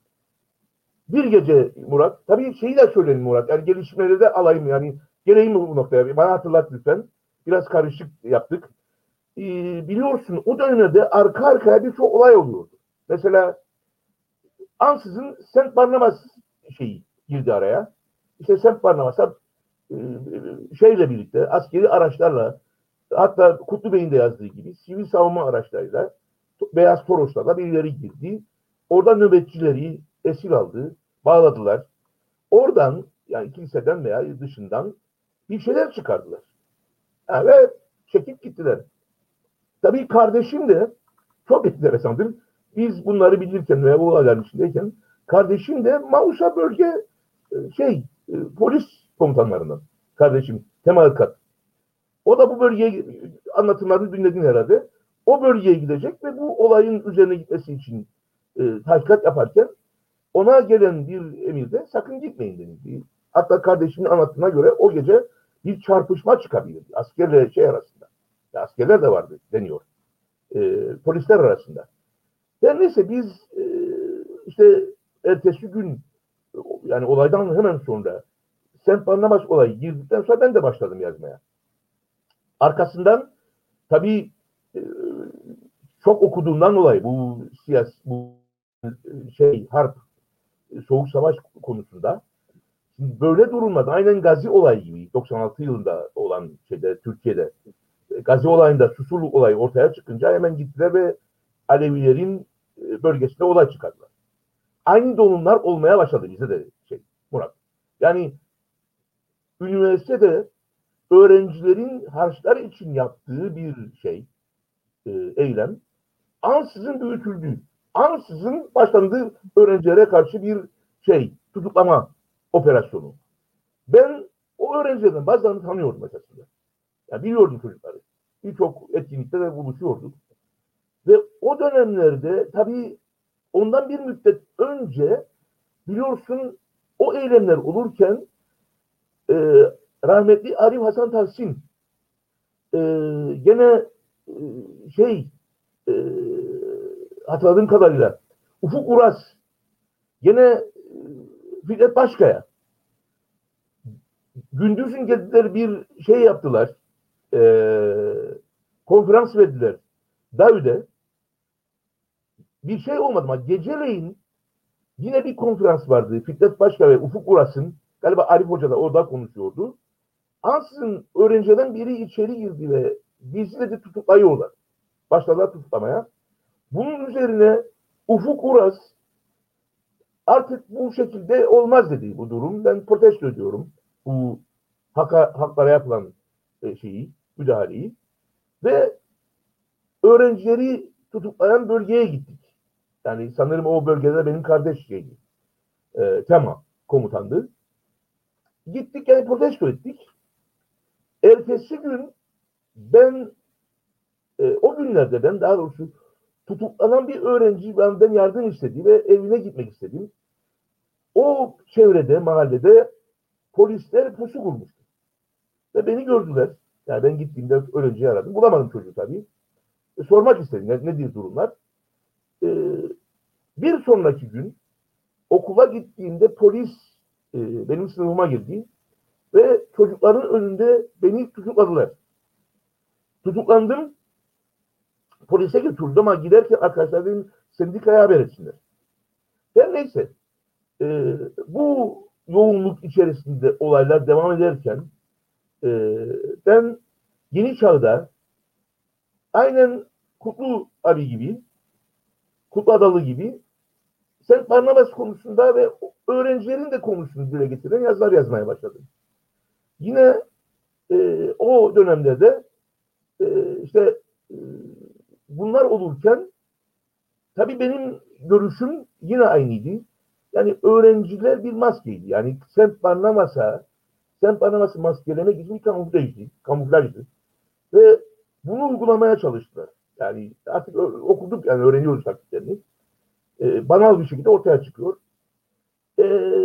Bir gece Murat, tabii şeyi de söyleyin Murat, yani gelişmeleri de alayım yani geleyim bu noktaya. Bana hatırlat lütfen. Biraz karışık yaptık. Ee, biliyorsun o dönemde arka arkaya birçok olay oluyordu. Mesela ansızın Saint Barnabas şeyi girdi araya. İşte Saint Barnabas'a e, şeyle birlikte askeri araçlarla hatta Kutlu Bey'in de yazdığı gibi sivil savunma araçlarıyla Beyaz Toroslarla birileri girdi. Orada nöbetçileri esir aldı, bağladılar. Oradan yani kiliseden veya dışından bir şeyler çıkardılar. Yani ve çekip gittiler. Tabii kardeşim de çok enteresandır. Biz bunları bilirken veya bu olayların içindeyken kardeşim de Mausa bölge şey polis komutanlarından. Kardeşim Temel Kat. O da bu bölgeye anlatımlarını dinledin herhalde. O bölgeye gidecek ve bu olayın üzerine gitmesi için e, tahkikat yaparken ona gelen bir emirde sakın gitmeyin denildi. Hatta kardeşimin anlattığına göre o gece bir çarpışma çıkabilir. Askerle şey arasında. Ya askerler de vardı deniyor. E, polisler arasında. Her neyse biz e, işte ertesi gün yani olaydan hemen sonra Saint Barnabas olayı girdikten sonra ben de başladım yazmaya. Arkasından tabii e, çok okuduğumdan dolayı bu siyasi bu şey harp soğuk savaş konusunda böyle durumlarda aynen Gazi olayı gibi doksan altı yılında olan şeyde Türkiye'de Gazi olayında Susurluk olayı ortaya çıkınca hemen gittiler ve Alevilerin bölgesinde olay çıkardılar. Aynı durumlar olmaya başladı bize de şey Murat. Yani üniversitede öğrencilerin harçlar için yaptığı bir şey, e, eylem ansızın büyütüldü. Ansızın başlandı öğrencilere karşı bir şey, tutuklama operasyonu. Ben o öğrencilerden bazılarını tanıyordum esasında. Yani biliyordum çocukları. Birçok etkinlikte de buluşuyorduk. Ve o dönemlerde tabii ondan bir müddet önce biliyorsun o eylemler olurken e, rahmetli Arif Hasan Tahsin e, gene e, şey e, hatırladığım kadarıyla Ufuk Uras gene e, Fikret Başkaya gündüzün geldiler bir şey yaptılar e, konferans verdiler Davide bir şey olmadı ama geceleyin yine bir konferans vardı. Fikret Başkaya ve Ufuk Uras'ın galiba Arif Hoca da orada konuşuyordu. Ansızın öğrencilerden biri içeri girdi ve bizi de tutuklıyorlar. Başladılar tutuklamaya. Bunun üzerine Ufuk Uras artık bu şekilde olmaz dedi bu durum. Ben protesto ediyorum bu haka, haklara yapılan şeyi, müdahaleyi. Ve öğrencileri tutuklayan bölgeye gittik. Yani sanırım o bölgede benim kardeş şeydi. E, Tema komutandı. Gittik yani protesto ettik. Ertesi gün ben e, o günlerde ben daha doğrusu tutuklanan bir öğrenci benden yardım istedi ve evine gitmek istedim. O çevrede, mahallede polisler pusu kurmuştu. Ve beni gördüler. Yani ben gittiğimde öğrenciyi aradım. Bulamadım çocuğu tabii. E, sormak istedim ne, nedir durumlar. E, bir sonraki gün okula gittiğimde polis e, benim sınıfıma girdi ve çocukların önünde beni tutukladılar. Tutuklandım. Polise götürdüm ama giderken arkadaşlar dedim sendikaya haber etsinler. Her neyse e, bu yoğunluk içerisinde olaylar devam ederken e, ben Yeni Çağ'da aynen Kutlu abi gibi Kutlu Adalı gibi Saint Barnabas konusunda ve öğrencilerin de konusunu dile getiren yazılar yazmaya başladım. Yine e, o dönemde de e, işte e, bunlar olurken tabii benim görüşüm yine aynıydı. Yani öğrenciler bir maskeydi. Yani Saint Barnabas'a Saint Barnabas'ı maskelemek için bir kamuflajdı. kamuflajdı. Ve bunu uygulamaya çalıştılar. Yani artık okuduk, yani öğreniyoruz taktiklerini. E, banal bir şekilde ortaya çıkıyor. E,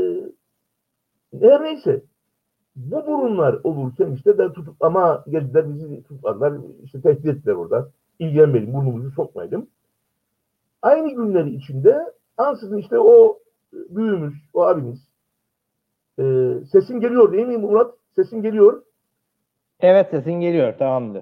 her neyse. Bu durumlar olurken işte de tutuklama geldiler, bizi tutukladılar, işte tehdit ettiler orada. İlgilenmeyin, burnumuzu sokmayalım. Aynı günleri içinde ansızın işte o büyüğümüz, o abimiz, e, sesin geliyor değil mi Murat? Sesin geliyor. Evet, sesin geliyor, tamamdır.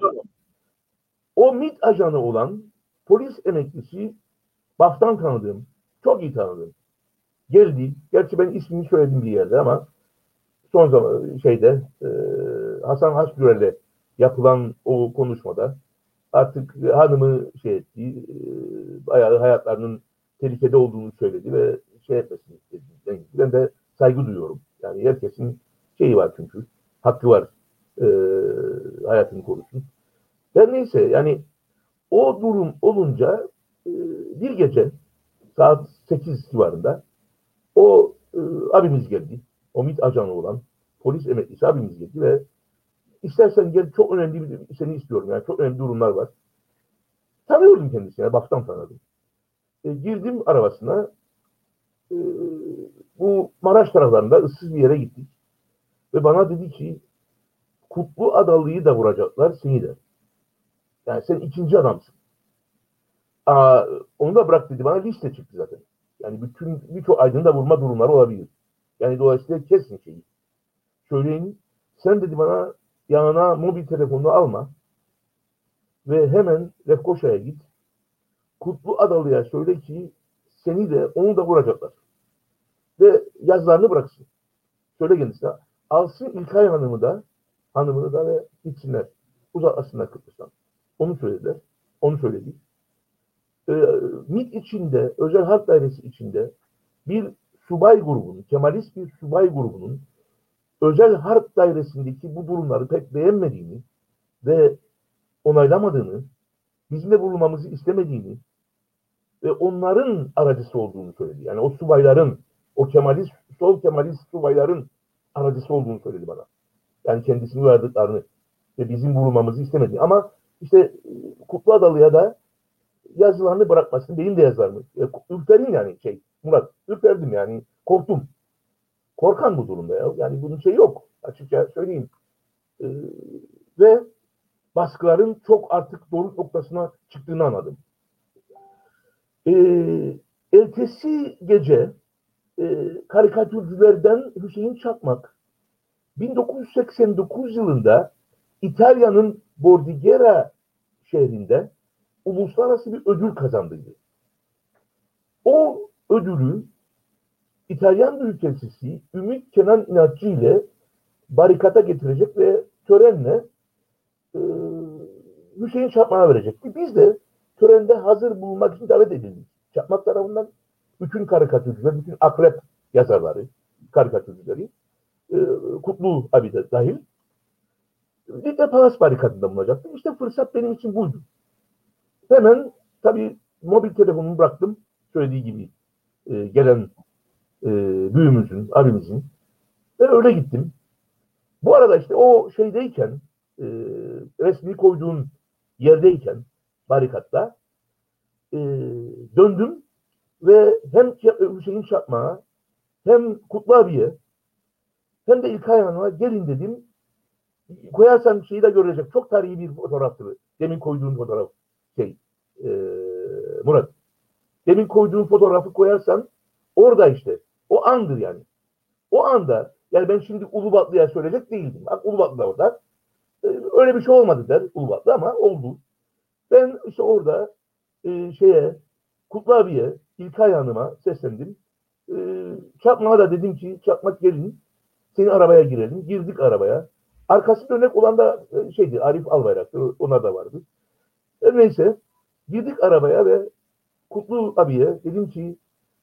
O MİT ajanı olan polis emeklisi, Baf'tan tanıdığım, çok iyi tanıdığım, geldi. Gerçi ben ismini söyledim bir yerde ama son zaman şeyde e, Hasan Hasbürel'le yapılan o konuşmada artık hanımı şey etti, e, bayağı hayatlarının tehlikede olduğunu söyledi ve şey etmesini istedi. Ben de saygı duyuyorum. Yani herkesin şeyi var çünkü. Hakkı var. E, hayatını korusun. Her neyse yani o durum olunca e, bir gece saat sekiz civarında o e, abimiz geldi. O MİT ajanı olan polis emeklisi abimiz geldi ve istersen gel, çok önemli bir seni istiyorum. Yani çok önemli durumlar var. Tanıyordum kendisini. Yani baştan tanıdım. E, girdim arabasına. E, bu Maraş taraflarında ıssız bir yere gittik. Ve bana dedi ki Kutlu Adalı'yı da vuracaklar, seni de. Yani sen ikinci adamsın. Aa, onu da bırak dedi. Bana liste çıktı zaten. Yani bütün birçok aydın da vurma durumları olabilir. Yani dolayısıyla kesin şeyi. Söyleyin. Sen dedi bana yanına mobil telefonunu alma. Ve hemen Lefkoşa'ya git. Kutlu Adalı'ya söyle ki seni de onu da vuracaklar. Ve yazlarını bıraksın. Söyle kendisine. Alsın İlkay Hanım'ı da hanımını da ve gitsinler. Uzaklasınlar Kıbrıs'tan. Onu söylediler. Onu söyledik. Ee, MİT içinde, Özel Harp Dairesi içinde bir subay grubunun, Kemalist bir subay grubunun Özel Harp Dairesi'ndeki bu durumları pek beğenmediğini ve onaylamadığını, bizimle bulunmamızı istemediğini ve onların aracısı olduğunu söyledi. Yani o subayların, o Kemalist, sol Kemalist subayların aracısı olduğunu söyledi bana. Yani kendisini uyardıklarını ve bizim bulunmamızı istemediğini. Ama işte Kutlu Adalı'ya da yazılarını bırakmasın, benim de yazılarımı. E, ürperim yani şey, Murat, ürperdim yani, korktum. Korkan bu durumda ya. Yani bunun şeyi yok. Açıkça söyleyeyim. E, ve baskıların çok artık doruk noktasına çıktığını anladım. E, ertesi gece e, karikatürcülerden Hüseyin Çakmak bin dokuz yüz seksen dokuz yılında İtalya'nın Bordighera şehrinde uluslararası bir ödül kazandıydı. O ödülü İtalyan Büyükelçisi Ümit Kenan İnatçı ile barikata getirecek ve törenle e, Hüseyin Çakmak'a verecekti. Biz de törende hazır bulunmak için davet edildik. Çakmak tarafından bütün karikatürcüler, bütün akrep yazarları, karikatürcüleri, e, Kutlu abi de dahil bir de Palas barikatında bulunacaktım. İşte fırsat benim için buydu. Hemen tabii mobil telefonumu bıraktım. Söylediği gibi e, gelen e, büyüğümüzün, abimizin. Ben öyle gittim. Bu arada işte o şeydeyken e, resmi koyduğum yerdeyken barikatta e, döndüm ve hem Hüseyin Çakmak'a hem Kutlu abiye hem de İlkay Hanım'a gelin dedim. Koyarsan şeyi de görecek. Çok tarihi bir fotoğraftır. Demin koyduğum fotoğraf şey e, Murat. Demin koyduğum fotoğrafı koyarsan orada işte o andır yani. O anda yani ben şimdi Ulubatlı'ya söyleyecek değildim. Bak Ulubatlı da orada. E, öyle bir şey olmadı der Ulubatlı ama oldu. Ben işte orada e, şeye Kutlu abiye, İlkay Hanım'a seslendim. E, Çakmak'a da dedim ki Çakmak gelin seni arabaya girelim. Girdik arabaya. Arkası dönek olan da şeydi Arif Albayrak. Ona da vardı. E, neyse girdik arabaya ve Kutlu abiye dedim ki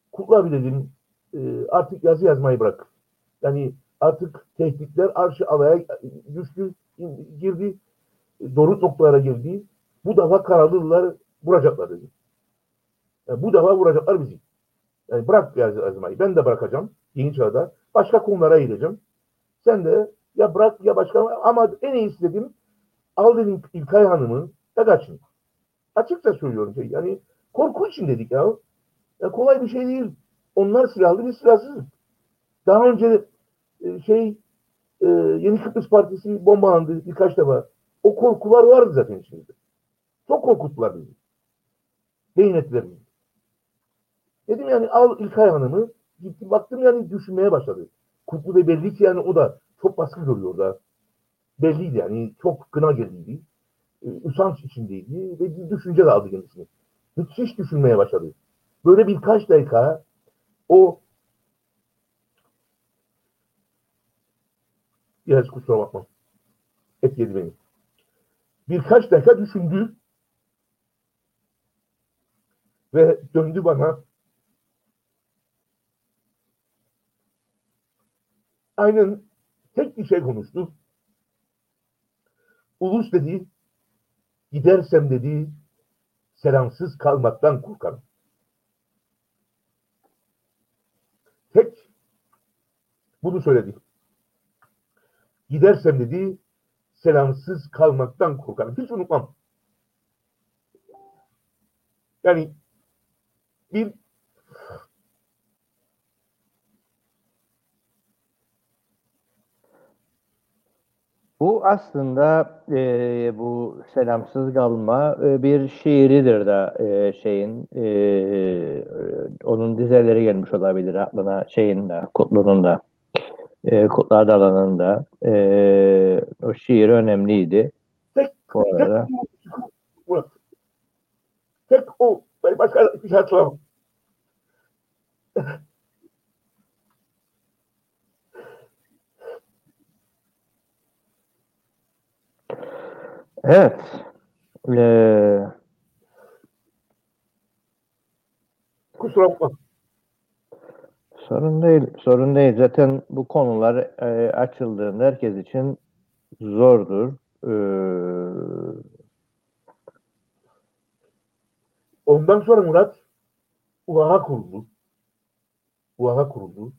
Kutlu abi dedim, e, artık yazı yazmayı bırak. Yani artık tehditler arşı alaya düştü, girdi, doruk noktalara girdi. Bu defa Karalılar vuracaklar dedi. Yani bu defa vuracaklar bizi. Yani bırak yazı yazmayı. Ben de bırakacağım yeni çağda. Başka konulara eğileceğim. Sen de ya bırak ya başka, ama en iyisi dedim, al dedim İlkay Hanım'ı da kaçın. Açıkça söylüyorum. Şey, yani korku için dedik ya. Ya kolay bir şey değil. Onlar silahlı, biz silahsızız. Daha önce e, şey e, Yeni Kıbrıs Partisi bombalandı birkaç defa. O korkular vardı zaten içimizde. Çok korkuttular bizi. Beyin ettiler bizi. Dedim yani al İlkay Hanım'ı. Gitti baktım yani düşünmeye başladı. Kutlu Bey belli ki yani o da çok baskı görüyor da. Belliydi yani çok gına geliydi. E, usanç içindeydi ve bir düşünce de aldı kendisini. Müthiş düşünmeye başladı. Böyle birkaç dakika o biraz kusura bakma. Et yedi beni. Birkaç dakika düşündü ve döndü bana. Aynen tek bir şey konuştu. Ulus dedi, gidersem dedi, selamsız kalmaktan korkarım. Tek bunu söyledi. Gidersem dedi, selamsız kalmaktan korkarım. Hiç unutmam. Yani bir Bu aslında e, bu selamsız kalma e, bir şiiridir da e, şeyin e, onun dizeleri gelmiş olabilir aklına şeyin de Kutlu'nun da e, Kutlu Adalan'ın da e, o şiir önemliydi tek bu tek arada. Murat, tek o. Ben başka bir şey hatırlamam. Evet. E, Kusura bakma. sorun değil, sorun değil. Zaten bu konular e, açıldığında herkes için zordur. E, Ondan sonra Murat UAH'a kuruldu. UAH'a kuruldu.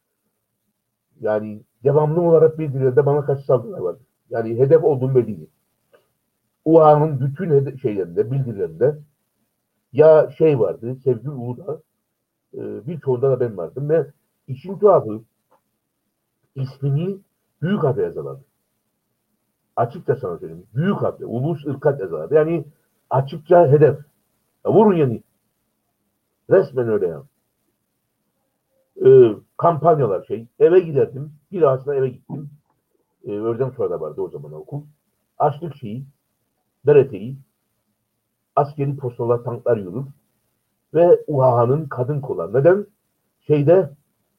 Yani devamlı olarak bildirilerde bana karşı saldırılar vardı. Yani hedef olduğum belliydi. UAH'nın bütün hedef şeylerinde, bildirilerinde ya şey vardı, Sevgili Uludağ, e, birçoğunda da ben vardım ve işin tuhafı ismini büyük harfle yazarlardı. Açıkça sana söyleyeyim. Büyük harfle, ulus ırkat yazarlardı. Yani açıkça hedef. Ya vurun yani. Resmen öyle yani. Ee, kampanyalar şey. Eve giderdim. Bir ağaçla eve gittim. Ee, öğleden sonra da vardı o zaman okul. Açlık şeyi, bereteyi, askeri postalar, tanklar yürür ve UHA'nın kadın kolları. Neden? Şeyde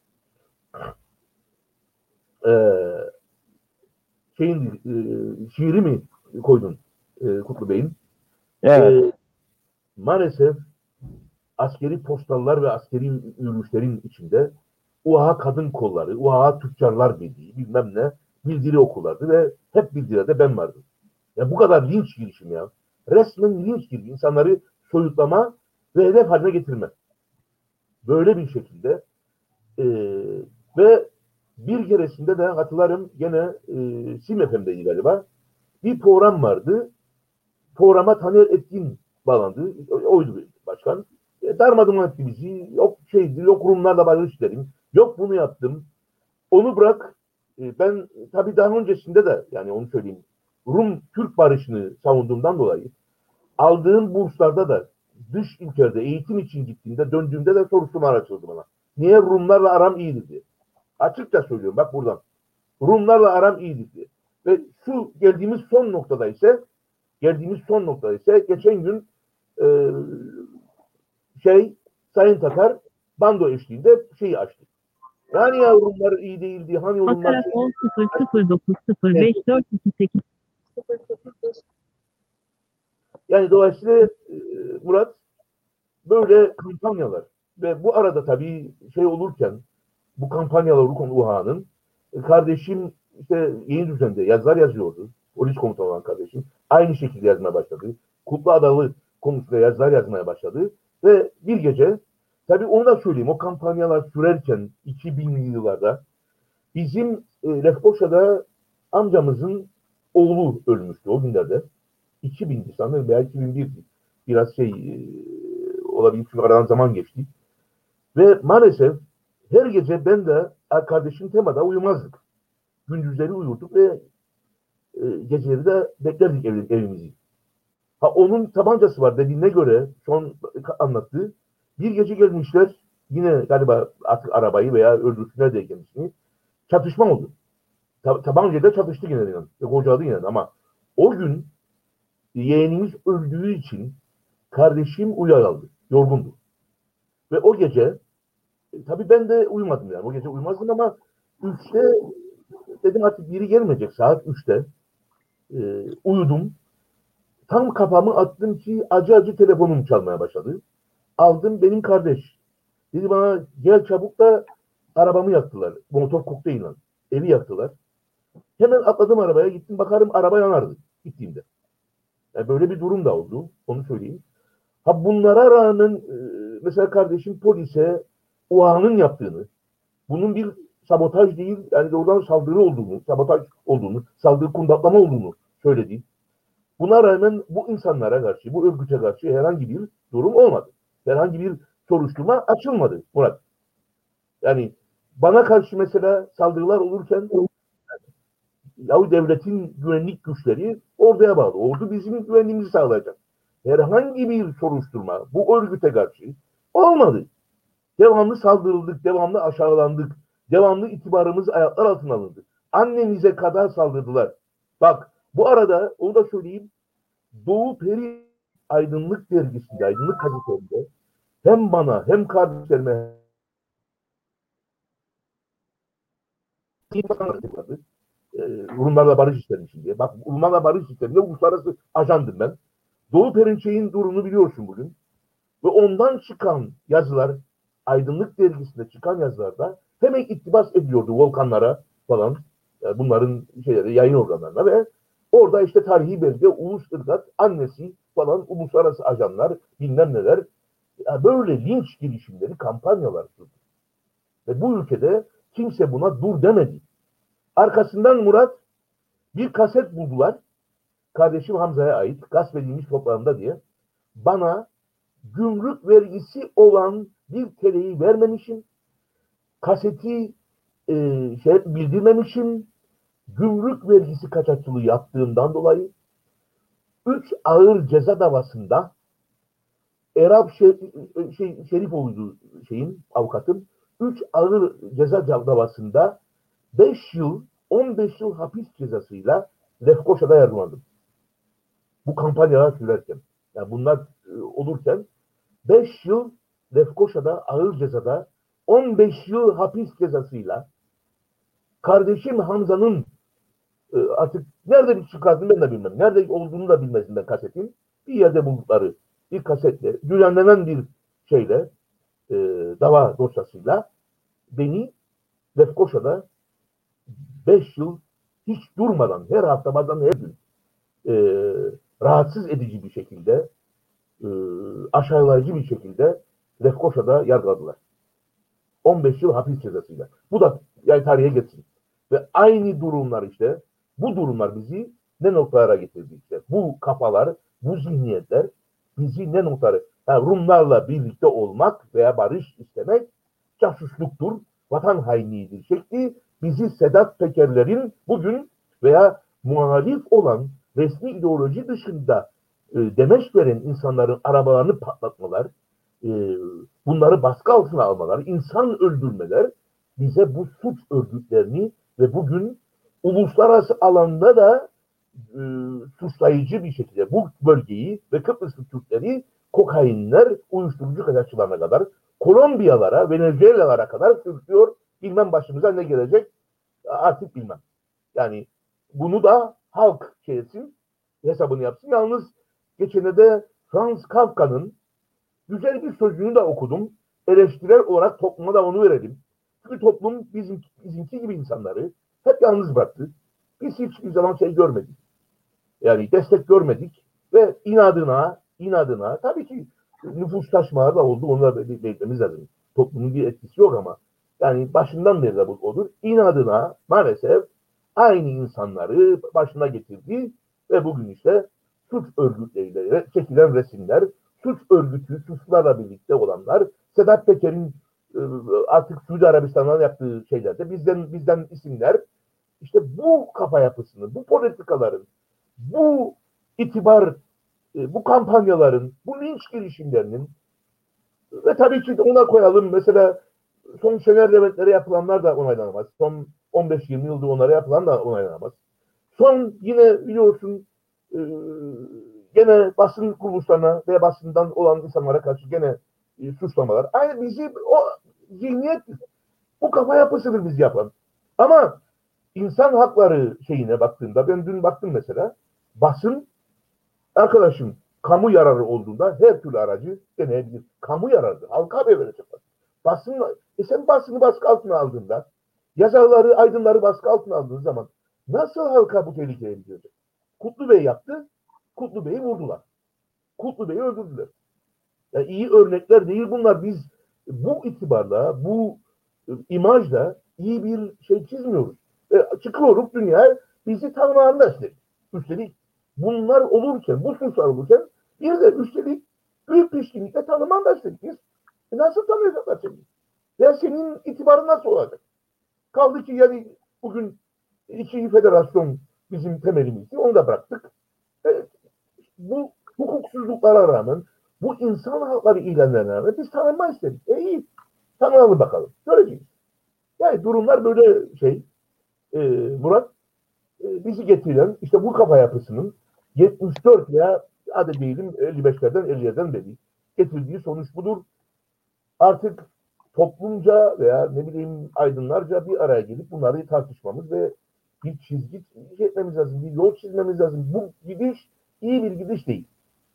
e, şeyin e, şiiri mi koydun e, Kutlu Bey'in? evet. E, maalesef askeri postalar ve askeri yürüyüşlerin içinde UHA kadın kolları, UHA tüccarlar birliği bilmem ne bildiri okullardı ve hep bildiride ben vardım. Ya bu kadar linç girişim ya. Resmen linç gibi insanları soyutlama ve hedef haline getirme. Böyle bir şekilde e, ve bir keresinde de hatırlarım gene e, Sim F M'deydi galiba. Bir program vardı. Programa Taner Etkin bağlandı. Oydu başkan. E, darmaduman etti bizi. Yok şeydi, yok Rumlarla barış dedim. Yok bunu yaptım. Onu bırak. E, ben tabii daha öncesinde de yani onu söyleyeyim. Rum-Türk barışını savunduğumdan dolayı aldığım burslarda da dış ülkede eğitim için gittiğimde döndüğümde de soruşturmalar açıldı bana. Niye Rumlarla aram iyidir diye. Açıkça söylüyorum bak buradan. Rumlarla aram iyidir diye. Ve şu geldiğimiz son noktada ise geldiğimiz son noktada ise geçen gün e, şey Sayın Tatar bando eşliğinde şeyi açtı. Yani ya Rumlar iyi değildi. Hani Rumlar şey, on sıfır sıfır dokuz sıfır beş dört iki sekiz. yani dolayısıyla e, Murat böyle kampanyalar Ve bu arada tabii şey olurken, bu kampanyalar olurken UHA'nın, kardeşim işte Yeni Düzen'de yazılar yazıyordu. Polis komutanı olan kardeşim. Aynı şekilde yazmaya başladı. Kutlu Adalı konusunda yazılar yazmaya başladı. Ve bir gece, tabii onu da söyleyeyim, o kampanyalar sürerken iki binli yıllarda bizim e, Lefkoşa'da amcamızın oğlu ölmüştü o günlerde. iki bindi sanırım veya iki bin birdi. Biraz şey e, olabilir çünkü aradan zaman geçti. Ve maalesef her gece ben de kardeşim temada uyumazdık. Gündüzleri uyurduk ve e, geceleri de beklerdik ev, evimizi. Ha onun tabancası var dediğine göre son anlattığı. Bir gece gelmişler yine galiba artık arabayı veya öldürsünler diye kendisini. Çatışma oldu. Tab- tabancayla çatıştı yine yani. E, kocadı yine ama o gün yeğenimiz öldüğü için kardeşim uyuyamadı. Yorgundu. Ve o gece e, tabii ben de uyumadım yani. O gece uyumazdım ama üçte dedim artık biri gelmeyecek saat üçte. E, uyudum. Tam kafamı attım ki acı acı telefonum çalmaya başladı. Aldım benim kardeş. Dedi bana gel çabuk da arabamı yaktılar. Molotov kokteylle. Evi yaktılar. Hemen atladım arabaya gittim bakarım araba yanardı gittiğimde. Yani böyle bir durum da oldu. Onu söyleyeyim. Ha bunlara rağmen e, mesela kardeşim polise UHA'nın yaptığını, bunun bir sabotaj değil, yani doğrudan saldırı olduğunu, sabotaj olduğunu, saldırı kundaklama olduğunu söyledi. Buna rağmen bu insanlara karşı, bu örgüte karşı herhangi bir durum olmadı. Herhangi bir soruşturma açılmadı Murat. Yani bana karşı mesela saldırılar olurken yahu devletin güvenlik güçleri orduya bağlı. Ordu bizim güvenliğimizi sağlayacak. Herhangi bir soruşturma bu örgüte karşı olmadı. Devamlı saldırıldık, devamlı aşağılandık, devamlı itibarımız ayaklar altına alındı. Annemize kadar saldırdılar. Bak bu arada onu da söyleyeyim. Doğu Peri Aydınlık dergisinde, Aydınlık gazetesinde hem bana hem kardeşlerime vardı. E, Rumlarla barış istemişim diye. Bak Rumlarla barış istedim. Uluslararası ajandım ben. Doğu Perinçek'in durumunu biliyorsun bugün. Ve ondan çıkan yazılar, Aydınlık dergisinde çıkan yazılarda hemen iktibas ediliyordu volkanlara falan. Yani bunların şeyleri, yayın organlarına ve orada işte tarihi belge, ulus ırgat, annesi falan, uluslararası ajanlar, bilmem neler. Yani böyle linç girişimleri, kampanyalar sürdü. Ve bu ülkede kimse buna dur demedi. Arkasından Murat bir kaset buldular. Kardeşim Hamza'ya ait gasp edilmiş toprağında diye. Bana gümrük vergisi olan bir T L'yi vermemişim. Kaseti e, şey bildirmemişim. Gümrük vergisi kaçakçılığı yaptığımdan dolayı üç ağır ceza davasında Erap Şer şey, Şerifoğlu şeyin avukatım üç ağır ceza davasında beş yıl on beş yıl hapis cezasıyla Lefkoşa'da yargılandım. Bu kampanyalar sürerken. Yani bunlar e, olurken beş yıl Lefkoşa'da ağır cezada on beş yıl hapis cezasıyla kardeşim Hamza'nın e, artık nerede bir çıkardığını ben de bilmem. Nerede olduğunu da bilmezdim ben kasetin. Bir yerde buldukları bir kasetle düzenlenen bir şeyle e, dava dosyasıyla beni Lefkoşa'da beş yıl hiç durmadan her hafta bazen her gün e, rahatsız edici bir şekilde e, aşağılayıcı bir şekilde Lefkoşa'da yargıladılar. on beş yıl hapis cezasıyla. Bu da yani tarihe geçsin. Ve aynı durumlar işte bu durumlar bizi ne noktalara getirdi işte. Bu kafalar, bu zihniyetler bizi ne noktalara yani Rumlarla birlikte olmak veya barış istemek casusluktur, vatan hainliğidir şekli bizi Sedat Pekerlerin bugün veya muhalif olan resmi ideoloji dışında e, demeç veren insanların arabalarını patlatmalar, e, bunları baskı altına almalar, insan öldürmeler bize bu suç örgütlerini ve bugün uluslararası alanda da e, suçlayıcı bir şekilde bu bölgeyi ve Kıbrıslı Türkleri kokainler, uyuşturucu kaçakçılarına kadar Kolombiyalara, Venezuela'lara kadar sürüklüyor. Bilmem başımıza ne gelecek artık bilmem. Yani bunu da halk şey etsin, hesabını yapsın. Yalnız geçen de Franz Kafka'nın güzel bir sözünü de okudum. eleştirel olarak topluma da onu verelim. Çünkü toplum bizim, bizimki gibi insanları hep yalnız bıraktı. Biz hiçbir zaman şey görmedik. Yani destek görmedik ve inadına, inadına tabii ki nüfus taşmaları da oldu. Onları da belirtmemiz lazım. Toplumun bir etkisi yok ama yani başından beri de bu olur. İnadına maalesef aynı insanları başına getirdi ve bugün işte suç örgütleriyle çekilen resimler, suç örgütü, suçlarla birlikte olanlar, Sedat Peker'in artık Suudi Arabistan'dan yaptığı şeylerde bizden bizden isimler, işte bu kafa yapısını, bu politikaların, bu itibar, bu kampanyaların, bu linç girişimlerinin ve tabii ki de ona koyalım mesela son Şener Levent'lere yapılanlar da onaylanamaz. Son on beş yirmi yılda onlara yapılan da onaylanamaz. Son yine biliyorsun e, gene basın kuruluşlarına ve basından olan insanlara karşı gene e, suçlamalar. Aynı bizi o zihniyet, bu kafa yapısıdır biz yapan. Ama insan hakları şeyine baktığında, ben dün baktım mesela, basın arkadaşım kamu yararı olduğunda her türlü aracı deneyebilir. Kamu yararı, halka haber verecek. Basın, e sen basını baskı altına aldığında, yazarları, aydınları baskı altına aldığın zaman nasıl halka bu tehlikeye gidilecek? Kutlu Bey yaptı, Kutlu Bey'i vurdular. Kutlu Bey'i öldürdüler. Yani iyi örnekler değil bunlar. Biz bu itibarla, bu e, imajla iyi bir şey çizmiyoruz. E, çıkıyoruz dünyaya, bizi tanımayan da istedik. Üstelik bunlar olurken, bu suçlar olurken bir de üstelik büyük pişkinlikle tanıman da istedik biz. E nasıl tanıyacaklar seni? Ya senin itibarın nasıl olacak? Kaldı ki yani bugün iki federasyon bizim temelimizdi. Onu da bıraktık. E, bu hukuksuzluklara rağmen, bu insan hakları ilanlarına rağmen biz tanınma istedik. E iyi, tanınalım bakalım. Göreceğiz. Yani durumlar böyle şey. E, Murat, e, bizi getiren işte bu kafa yapısının yetmiş dört ya hadi diyelim elli beşlerden ellilerden beri getirdiği sonuç budur. Artık toplumca veya ne bileyim aydınlarca bir araya gelip bunları tartışmamız ve bir çizgi çizmemiz lazım, bir yol çizmemiz lazım. Bu gidiş iyi bir gidiş değil.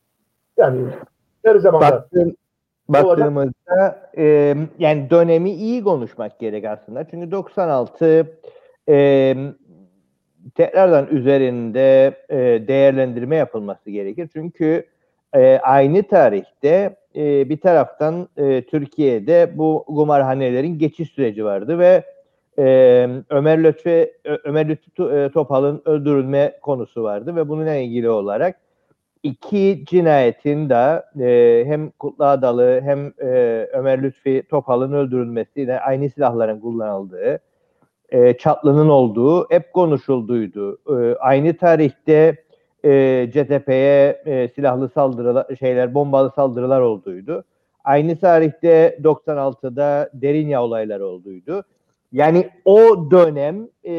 Yani her zaman da Baktığım, baktığımızda e, yani dönemi iyi konuşmak gerek aslında. Çünkü doksan altı e, tekrardan üzerinde e, değerlendirme yapılması gerekir. Çünkü e, aynı tarihte e, bir taraftan e, Türkiye'de bu kumarhanelerin geçiş süreci vardı ve e, Ömer Lütfi Ömer Lütfi Topal'ın öldürülme konusu vardı ve bununla ilgili olarak iki cinayetin de e, hem Kutlu Adalı hem e, Ömer Lütfi Topal'ın öldürülmesiyle aynı silahların kullanıldığı, e, Çatlı'nın olduğu hep konuşulduydu. E, aynı tarihte e, C T P'ye e, silahlı saldırılar, şeyler, bombalı saldırılar olduydu. Aynı tarihte doksan altıda Derinya olayları olduydu. Yani o dönem e,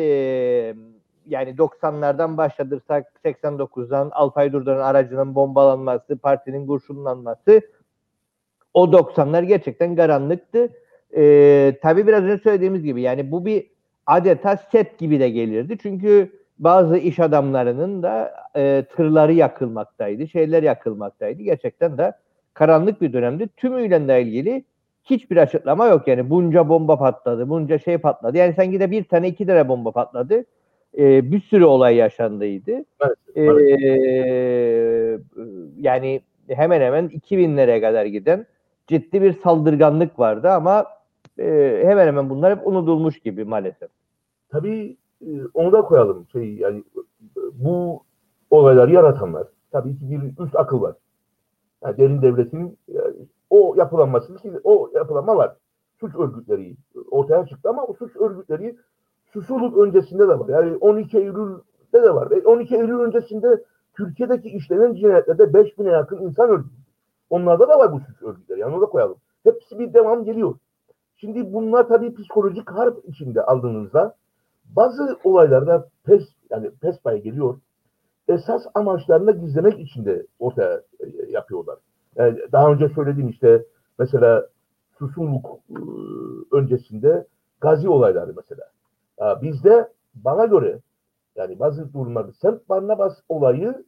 yani doksanlardan başladırsak seksen dokuzdan Alpay Durdar'ın aracının bombalanması, partinin kurşunlanması, o doksanlar gerçekten karanlıktı. Ee, tabii biraz önce söylediğimiz gibi yani bu bir adeta set gibi de gelirdi. Çünkü bazı iş adamlarının da e, tırları yakılmaktaydı, şeyler yakılmaktaydı. Gerçekten de karanlık bir dönemdi. Tümüyle de ilgili hiçbir açıklama yok. Yani bunca bomba patladı, bunca şey patladı. Yani sanki de bir tane iki tane bomba patladı. Ee, bir sürü olay yaşandıydı. evet, Ee, evet. yani hemen hemen iki binlere kadar giden ciddi bir saldırganlık vardı ama e, hemen hemen bunlar hep unutulmuş gibi maalesef. Tabii e, onu da koyalım. Şey yani bu olayları yaratanlar tabii ki bir üst akıl var. Yani derin devletin yani, o yapılanması, o yapılanma var. Suç örgütleri ortaya çıktı ama o suç örgütleri suçluluk öncesinde de var. Yani on iki Eylül'de de var. on iki Eylül öncesinde Türkiye'deki işlenen cinayetlerde beş bine yakın insan öldü. Onlarda da var bu suç örgütleri. Yani onu da koyalım. Hepsi bir devam geliyor. Şimdi bunlar tabii psikolojik harp içinde aldığınızda bazı olaylarda pes yani pes payı geliyor. Esas amaçlarını gizlemek için de ortaya yapıyorlar. Yani daha önce söylediğim işte mesela Susurluk öncesinde Gazi olayları mesela. Bizde bana göre yani bazı durumlarda Semt Barnabas olayı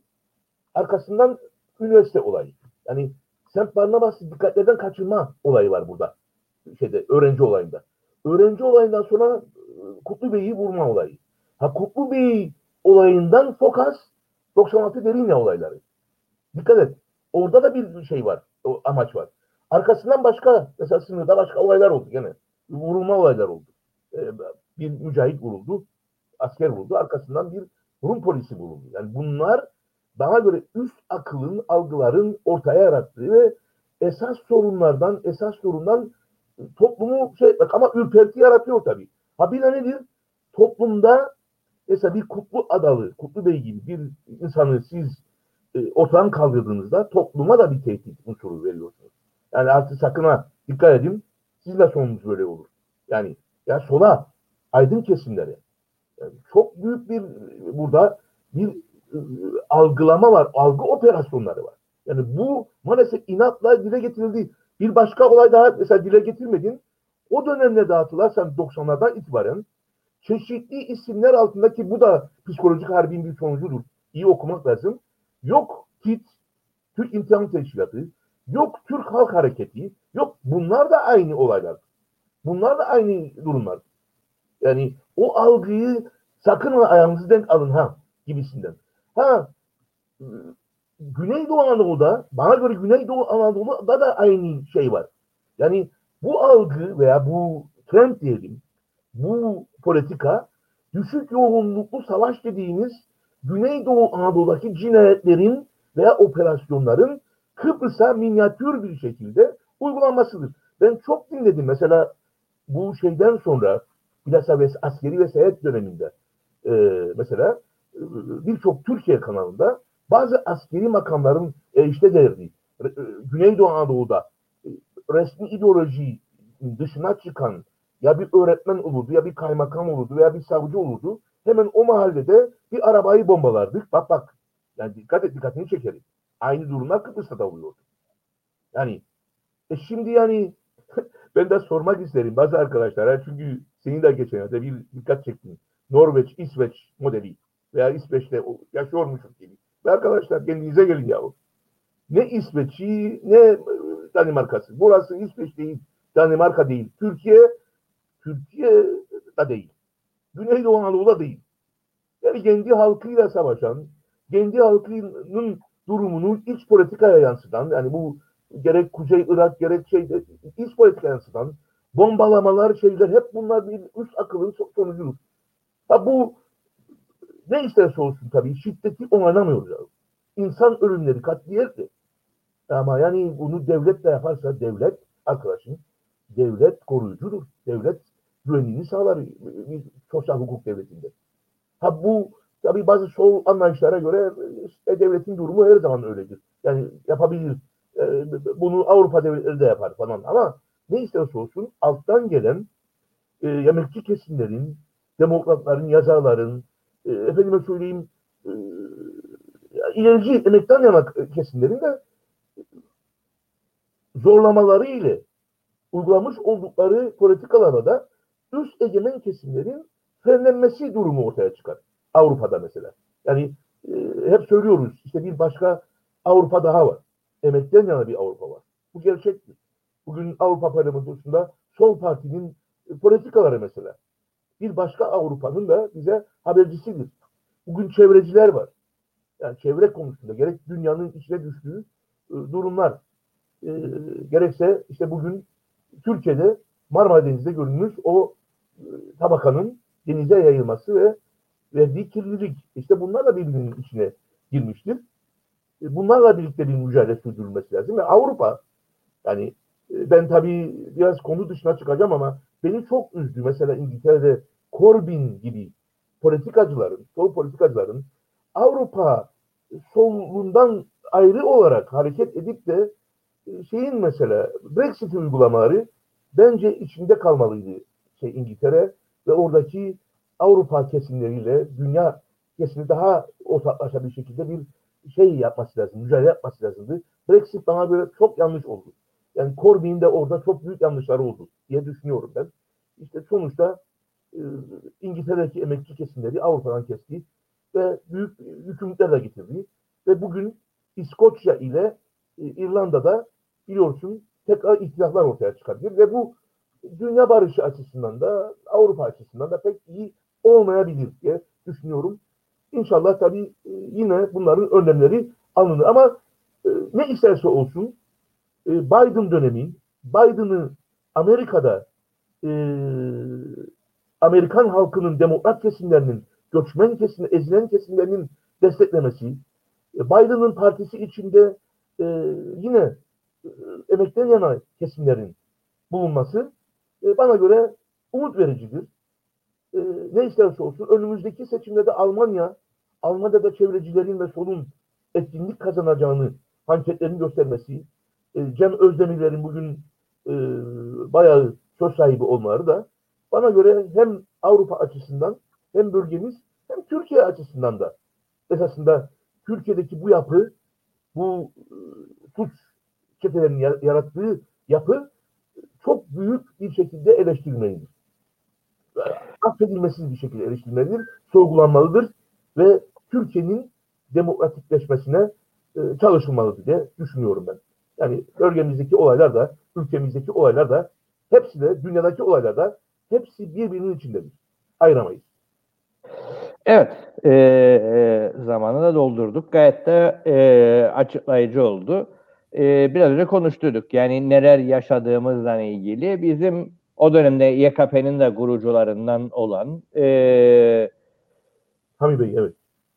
arkasından üniversite olayı. Yani Semt Barnabas'ı dikkatlerden kaçırma olayı var burada. şeyde öğrenci olayında. Öğrenci olayından sonra Kutlu Bey'i vurma olayı. Ha Kutlu Bey olayından Fokas doksan altı Derinle olayları. Dikkat et. Orada da bir şey var. O amaç var. Arkasından başka mesela sınırda başka olaylar oldu gene. Vurulma olaylar oldu. Ee, bir mücahit vuruldu. Asker vuruldu. Arkasından bir Rum polisi vuruldu. Yani bunlar bana göre üst akılın, algıların ortaya yarattığı ve esas sorunlardan, esas sorundan toplumu şey etmek ama ürperti yaratıyor tabii. Ha bir de nedir? Toplumda mesela bir Kutlu Adalı, Kutlu Bey gibi bir insanı siz e, ortadan kaldırdığınızda topluma da bir tehdit unsuru veriyorsunuz. Yani artık sakın ha dikkat edin. Siz de sonunuz böyle olur. Yani ya sola, aydın kesimlere. Yani çok büyük bir burada bir e, algılama var. Algı operasyonları var. Yani bu maalesef inatla dile getirildi. Bir başka olay daha mesela dile getirmedin. O dönemde dağıtılarsan doksanlardan itibaren çeşitli isimler altındaki bu da psikolojik harbin bir sonucudur. İyi okumak lazım. Yok T İ T, Türk İmtihan Teşkilatı, yok Türk Halk Hareketi, yok bunlar da aynı olaylar. Bunlar da aynı durumlar. Yani o algıyı sakın ayağınızı denk alın ha gibisinden. Ha Güneydoğu Anadolu'da, bana göre Güneydoğu Anadolu'da da aynı şey var. Yani bu algı veya bu trend diyelim, bu politika düşük yoğunluklu savaş dediğimiz Güneydoğu Anadolu'daki cinayetlerin veya operasyonların Kıbrıs'a minyatür bir şekilde uygulanmasıdır. Ben çok dinledim mesela bu şeyden sonra bilhassa askeri vesayet döneminde e, mesela e, birçok Türkiye kanalında bazı askeri makamların e, işte derdi. E, Güneydoğu Anadolu'da e, resmi ideoloji dışına çıkan ya bir öğretmen olurdu, ya bir kaymakam olurdu, veya bir savcı olurdu. Hemen o mahallede bir arabayı bombalardık. Bak bak. Yani dikkat et, dikkatini çekerim. Aynı durumlar Kıbrıs'ta da oluyordu. Yani e şimdi yani ben de sormak isterim bazı arkadaşlara. Çünkü senin de geçenlerde bir dikkat çektin. Norveç, İsveç modeli veya İsveç'te yaşıyormuşuz gibi. Ve arkadaşlar kendinize gelin yahu. Ne İsveç'i ne Danimarka'sı. Burası İsveç değil, Danimarka değil. Türkiye Türkiye da değil. Güneydoğu Anadolu'da değil. Yani kendi halkıyla savaşan, kendi halkının durumunu iç politikaya yansıtan, yani bu gerek Kuzey Irak gerek şeyde iç politikaya yansıtan bombalamalar, şeyler hep bunlar bir üst akılın sonucudur. Ha bu ne isterse olsun tabii şiddeti onaylamıyoruz. Yani. İnsan ölümleri katliyetti. Ama yani bunu devlet de yaparsa devlet arkadaşım devlet koruyucudur. Devlet güvenliğini sağlar bir sosyal hukuk devletinde. Ha bu tabii bazı sol anlayışlara göre e, devletin durumu her zaman öyledir. Yani yapabilir. E, bunu Avrupa devletleri de yapar falan. Ama ne isterse olsun alttan gelen e, emekçi kesimlerin, demokratların, yazarların, e, efendime söyleyeyim e, ilerici emekten yana kesimlerin de zorlamaları ile uygulamış oldukları politikalara da üst egemen kesimlerin frenlenmesi durumu ortaya çıkar. Avrupa'da mesela. Yani e, hep söylüyoruz işte bir başka Avrupa daha var. Emekten yana bir Avrupa var. Bu gerçektir. Bugün Avrupa Parlamentosu'nda sol partinin e, politikaları mesela. Bir başka Avrupa'nın da bize habercisidir. Bugün çevreciler var. Yani çevre konusunda gerek dünyanın içine düştüğü e, durumlar e, gerekse işte bugün Türkiye'de Marmara Denizi'nde görülmüş o e, tabakanın denize yayılması ve verdiği kirlilik. İşte bunlar da birbirinin içine girmiştir. E, bunlarla birlikte bir mücadele sürdürülmesi lazım. Ve Avrupa yani e, ben tabii biraz konu dışına çıkacağım ama beni çok üzdü. Mesela İngiltere'de Corbyn gibi politikacıların, sol politikacıların Avrupa solundan ayrı olarak hareket edip de şeyin mesela Brexit uygulamaları bence içinde kalmalıydı şey İngiltere ve oradaki Avrupa kesimleriyle dünya kesimi daha ortaklaşa bir şekilde bir şey yapması lazım, mücadele yapması lazımdı. Brexit bana göre çok yanlış oldu. Yani Corbyn'in de orada çok büyük yanlışları oldu diye düşünüyorum ben. İşte sonuçta e, İngiltere'deki emekçi kesimleri Avrupa'dan kesti ve büyük yükümlülükler de getirdi. Ve bugün İskoçya ile e, İrlanda'da biliyorsun tekrar ihtilaflar ortaya çıkabilir ve bu dünya barışı açısından da Avrupa açısından da pek iyi olmayabilir diye düşünüyorum. İnşallah tabii e, yine bunların önlemleri alınır. Ama e, ne isterse olsun e, Biden dönemi, Biden'ı Amerika'da e, Amerikan halkının, demokrat kesimlerinin, göçmen kesim, ezilen kesimlerinin desteklemesi, e, Biden'ın partisi içinde e, yine e, emekten yana kesimlerin bulunması e, bana göre umut vericidir. E, ne isterse olsun önümüzdeki seçimlerde Almanya, Almanya'da çevrecilerin ve solun etkinlik kazanacağını anketlerin göstermesi, e, Cem Özdemir'lerin bugün e, bayağı söz sahibi olmaları da bana göre hem Avrupa açısından hem bölgemiz hem Türkiye açısından da esasında Türkiye'deki bu yapı, bu e, suç çetelerinin yarattığı yapı çok büyük bir şekilde eleştirilmelidir. Affedilmesiz bir şekilde eleştirilmelidir, sorgulanmalıdır ve Türkiye'nin demokratikleşmesine e, çalışılmalıdır diye düşünüyorum ben. Yani bölgemizdeki olaylar da, ülkemizdeki olaylar da, hepsi de, dünyadaki olaylar da hepsi birbirinin içindedir. Ayıramayız. Evet, e, e, zamanı da doldurduk. Gayet de e, açıklayıcı oldu. E, biraz önce konuştuk. Yani neler yaşadığımızla ilgili bizim o dönemde Y K P'nin de kurucularından olan e, Hami Bey, evet.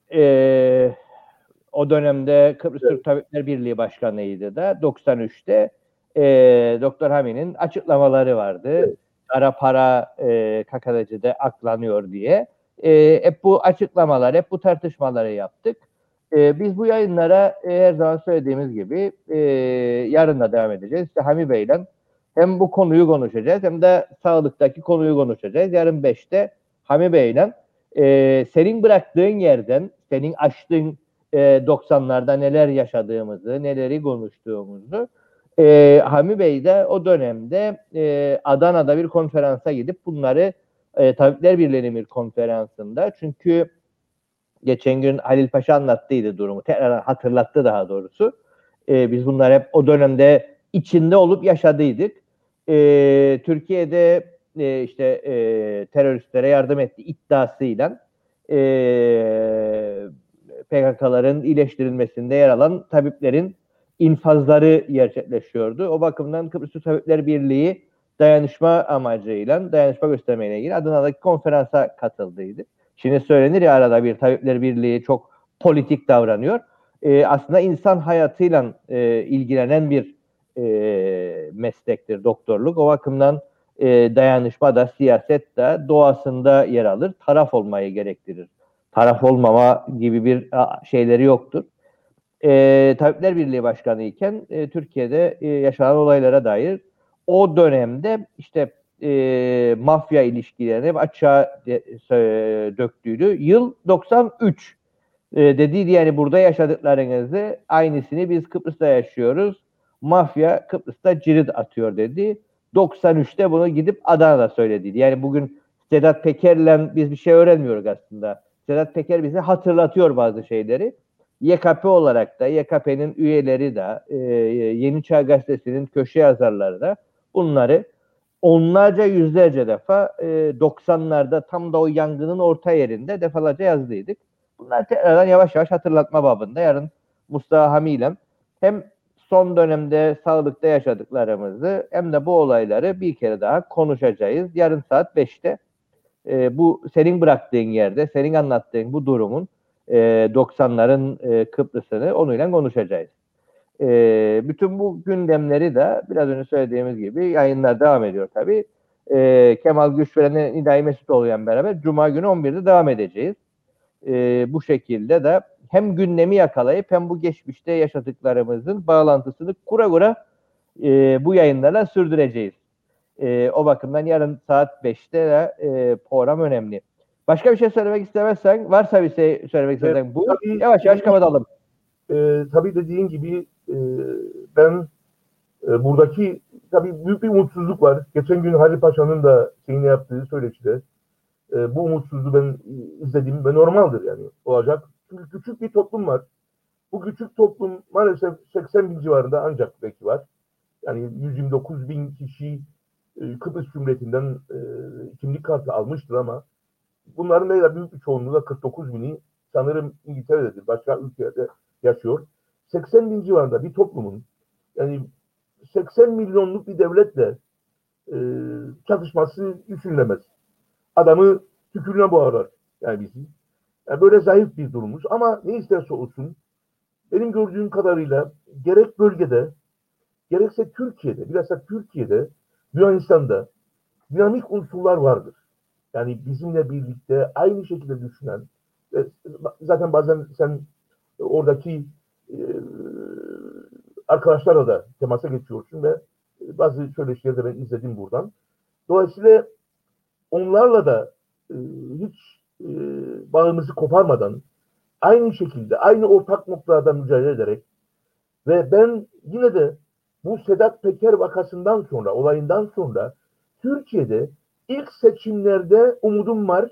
E, o dönemde Kıbrıs Evet. Türk Tabipler Birliği Başkanı'ydı da doksan üçte e, Doktor Hami'nin açıklamaları vardı. Evet. Kara para e, K K D C'de aklanıyor diye. E, hep bu açıklamalar, hep bu tartışmaları yaptık. E, biz bu yayınlara e, her zaman söylediğimiz gibi e, yarın da devam edeceğiz. İşte Hami Bey'le hem bu konuyu konuşacağız hem de sağlıktaki konuyu konuşacağız. Yarın beşte Hami Bey'le e, senin bıraktığın yerden, senin açtığın e, doksanlarda neler yaşadığımızı, neleri konuştuğumuzu e, Hami Bey de o dönemde e, Adana'da bir konferansa gidip bunları e, Tabipler Birliği'nin bir konferansında, çünkü geçen gün Halil Paşa anlattıydı durumu. Tekrar hatırlattı daha doğrusu. E, biz bunlar hep o dönemde içinde olup yaşadıydık. E, Türkiye'de e, işte e, teröristlere yardım etti iddiasıyla e, P K K'ların iyileştirilmesinde yer alan tabiplerin infazları gerçekleşiyordu. O bakımdan Kıbrıs Türk Tabipler Birliği dayanışma amacıyla, dayanışma göstermeyle ilgili Adana'daki konferansa katıldıydı. Şimdi söylenir ya arada bir Tabipler Birliği çok politik davranıyor. Ee, aslında insan hayatıyla e, ilgilenen bir e, meslektir doktorluk. O bakımdan e, dayanışma da, siyaset de doğasında yer alır. Taraf olmayı gerektirir. Taraf olmama gibi bir şeyleri yoktur. E, Tabipler Birliği Başkanı iken e, Türkiye'de e, yaşanan olaylara dair o dönemde işte e, mafya ilişkilerini açığa de, e, döktüğünü yıl doksan üç e, dediydi, yani burada yaşadıklarınızı aynısını biz Kıbrıs'ta yaşıyoruz. Mafya Kıbrıs'ta cirit atıyor dedi. doksan üçte bunu gidip Adana'da söylediydi. Yani bugün Sedat Peker'le biz bir şey öğrenmiyoruz aslında. Sedat Peker bize hatırlatıyor bazı şeyleri. Y K P olarak da, Y K P'nin üyeleri de, e, Yeni Çağ Gazetesi'nin köşe yazarları da bunları onlarca, yüzlerce defa e, doksanlarda tam da o yangının orta yerinde defalarca yazdıydık. Bunlar tekrardan yavaş yavaş hatırlatma babında. Yarın Mustafa Hami ile hem son dönemde sağlıkta yaşadıklarımızı hem de bu olayları bir kere daha konuşacağız. Yarın saat beşte e, bu senin bıraktığın yerde, senin anlattığın bu durumun e, doksanların e, Kıbrıs'ını onunla konuşacağız. E, bütün bu gündemleri de biraz önce söylediğimiz gibi yayınlar devam ediyor tabii. E, Kemal Güçveren'le Nidai Mesutoglu'yla beraber Cuma günü on birde devam edeceğiz. E, bu şekilde de hem gündemi yakalayıp hem bu geçmişte yaşadıklarımızın bağlantısını kura kura e, bu yayınlarla sürdüreceğiz. E, o bakımdan yarın saat beşte de e, program önemli. Başka bir şey söylemek istemezsen, varsa bir şey söylemek istersen evet, buyur. Tabii, yavaş yavaş kapatalım. E, tabii dediğin gibi e, ben e, buradaki tabii büyük bir umutsuzluk var. Geçen gün Halil Paşa'nın da şeyini yaptığı söyleşide e, bu umutsuzluğu ben izlediğim ve normaldir yani olacak. Çünkü küçük bir toplum var. Bu küçük toplum maalesef seksen bin civarında ancak belki var. Yani yüz yirmi dokuz bin kişi e, Kıbrıs Cumhuriyeti'nden e, kimlik kartı almıştır ama bunların ne kadar büyük bir çoğunluğu da kırk dokuz bini sanırım İngiltere'dedir. Başka ülkelerde yaşıyor. seksen bin civarında bir toplumun, yani seksen milyonluk bir devletle e, çatışması düşünülemez. Adamı tükürüğüne boğarlar yani bizi. Yani böyle zayıf bir durumuz ama ne isterse olsun benim gördüğüm kadarıyla gerek bölgede gerekse Türkiye'de, bilhassa Türkiye'de, Yunanistan'da dinamik unsurlar vardır. Yani bizimle birlikte aynı şekilde düşünen, zaten bazen sen oradaki e, arkadaşlarla da temasa geçiyorsun ve bazı söyleşileri de ben izledim buradan. Dolayısıyla onlarla da e, hiç e, bağımızı koparmadan aynı şekilde, aynı ortak noktada mücadele ederek ve ben yine de bu Sedat Peker vakasından sonra, olayından sonra Türkiye'de ilk seçimlerde umudum var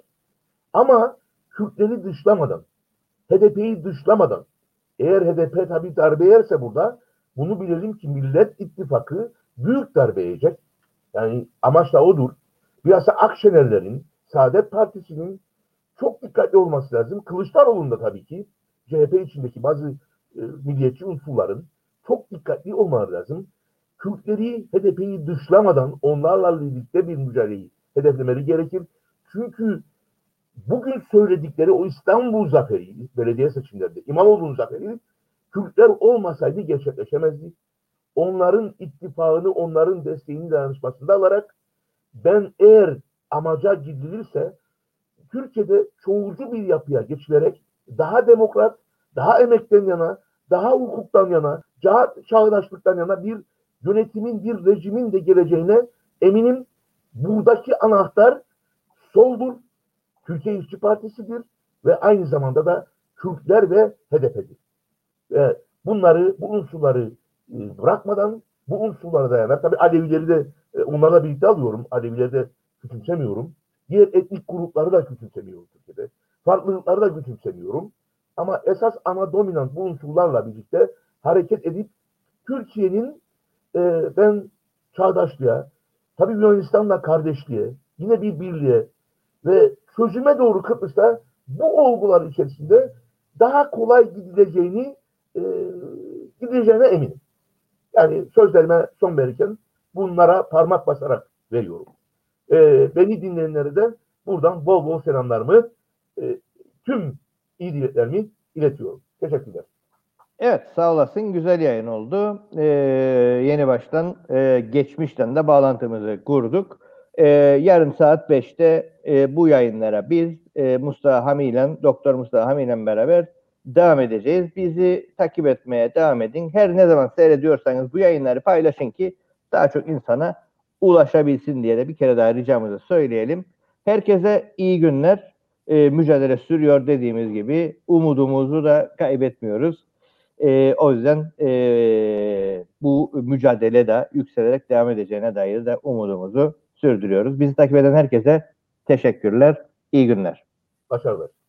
ama Kürtleri dışlamadan, H D P'yi dışlamadan, eğer H D P tabii darbe yerse burada, bunu bilelim ki Millet İttifakı büyük darbe yiyecek. Yani amaç da odur. Bilhassa Akşenerlerin, Saadet Partisi'nin çok dikkatli olması lazım. Kılıçdaroğlu'nun da tabii ki C H P içindeki bazı e, milliyetçi unsurların çok dikkatli olmaları lazım. Kürtleri, H D P'yi dışlamadan onlarla birlikte bir mücadeleyi hedeflemeli gerekir. Çünkü bugün söyledikleri o İstanbul zaferi, belediye seçimlerinde İmamoğlu'nun zaferi, Kürtler olmasaydı gerçekleşemezdi. Onların ittifakını, onların desteğini dayanışmasında alarak ben eğer amaca gidilirse Türkiye'de çoğulcu bir yapıya geçilerek daha demokrat, daha emekten yana, daha hukuktan yana, daha çağdaşlıktan yana bir yönetimin, bir rejimin de geleceğine eminim. Buradaki anahtar soldur, Türkiye İşçi Partisi'dir ve aynı zamanda da Kürtler ve H D P'dir. Ve bunları, bu unsurları bırakmadan bu unsurlara dayanarak, tabii Alevileri de onlarla birlikte alıyorum, Alevileri de küçümsemiyorum. Diğer etnik grupları da küçümsemiyorum Türkiye'de. Farklılıkları da küçümsemiyorum. Ama esas ana dominant bu unsurlarla birlikte hareket edip Türkiye'nin e, ben çağdaşlığa, tabii Yunanistan'la kardeşliğe, yine bir birliğe ve çözüme doğru Kıbrıs'ta bu olgular içerisinde daha kolay gidileceğini e, gidileceğine eminim. Yani sözlerime son verirken bunlara parmak basarak veriyorum. E, beni dinleyenlere de buradan bol bol selamlarımı, e, tüm iyi dileklerimi iletiyorum. Teşekkürler. Evet, sağ olasın. Güzel yayın oldu. Ee, yeni baştan, e, geçmişten de bağlantımızı kurduk. Ee, yarın saat beşte e, bu yayınlara biz e, Mustafa Hami ile, Doktor Mustafa Hami ile beraber devam edeceğiz. Bizi takip etmeye devam edin. Her ne zaman seyrediyorsanız bu yayınları paylaşın ki daha çok insana ulaşabilsin diye de bir kere daha ricamızı söyleyelim. Herkese iyi günler. Ee, mücadele sürüyor dediğimiz gibi umudumuzu da kaybetmiyoruz. Ee, o yüzden e, bu mücadele de yükselerek devam edeceğine dair de umudumuzu sürdürüyoruz. Bizi takip eden herkese teşekkürler. İyi günler. Başarılar.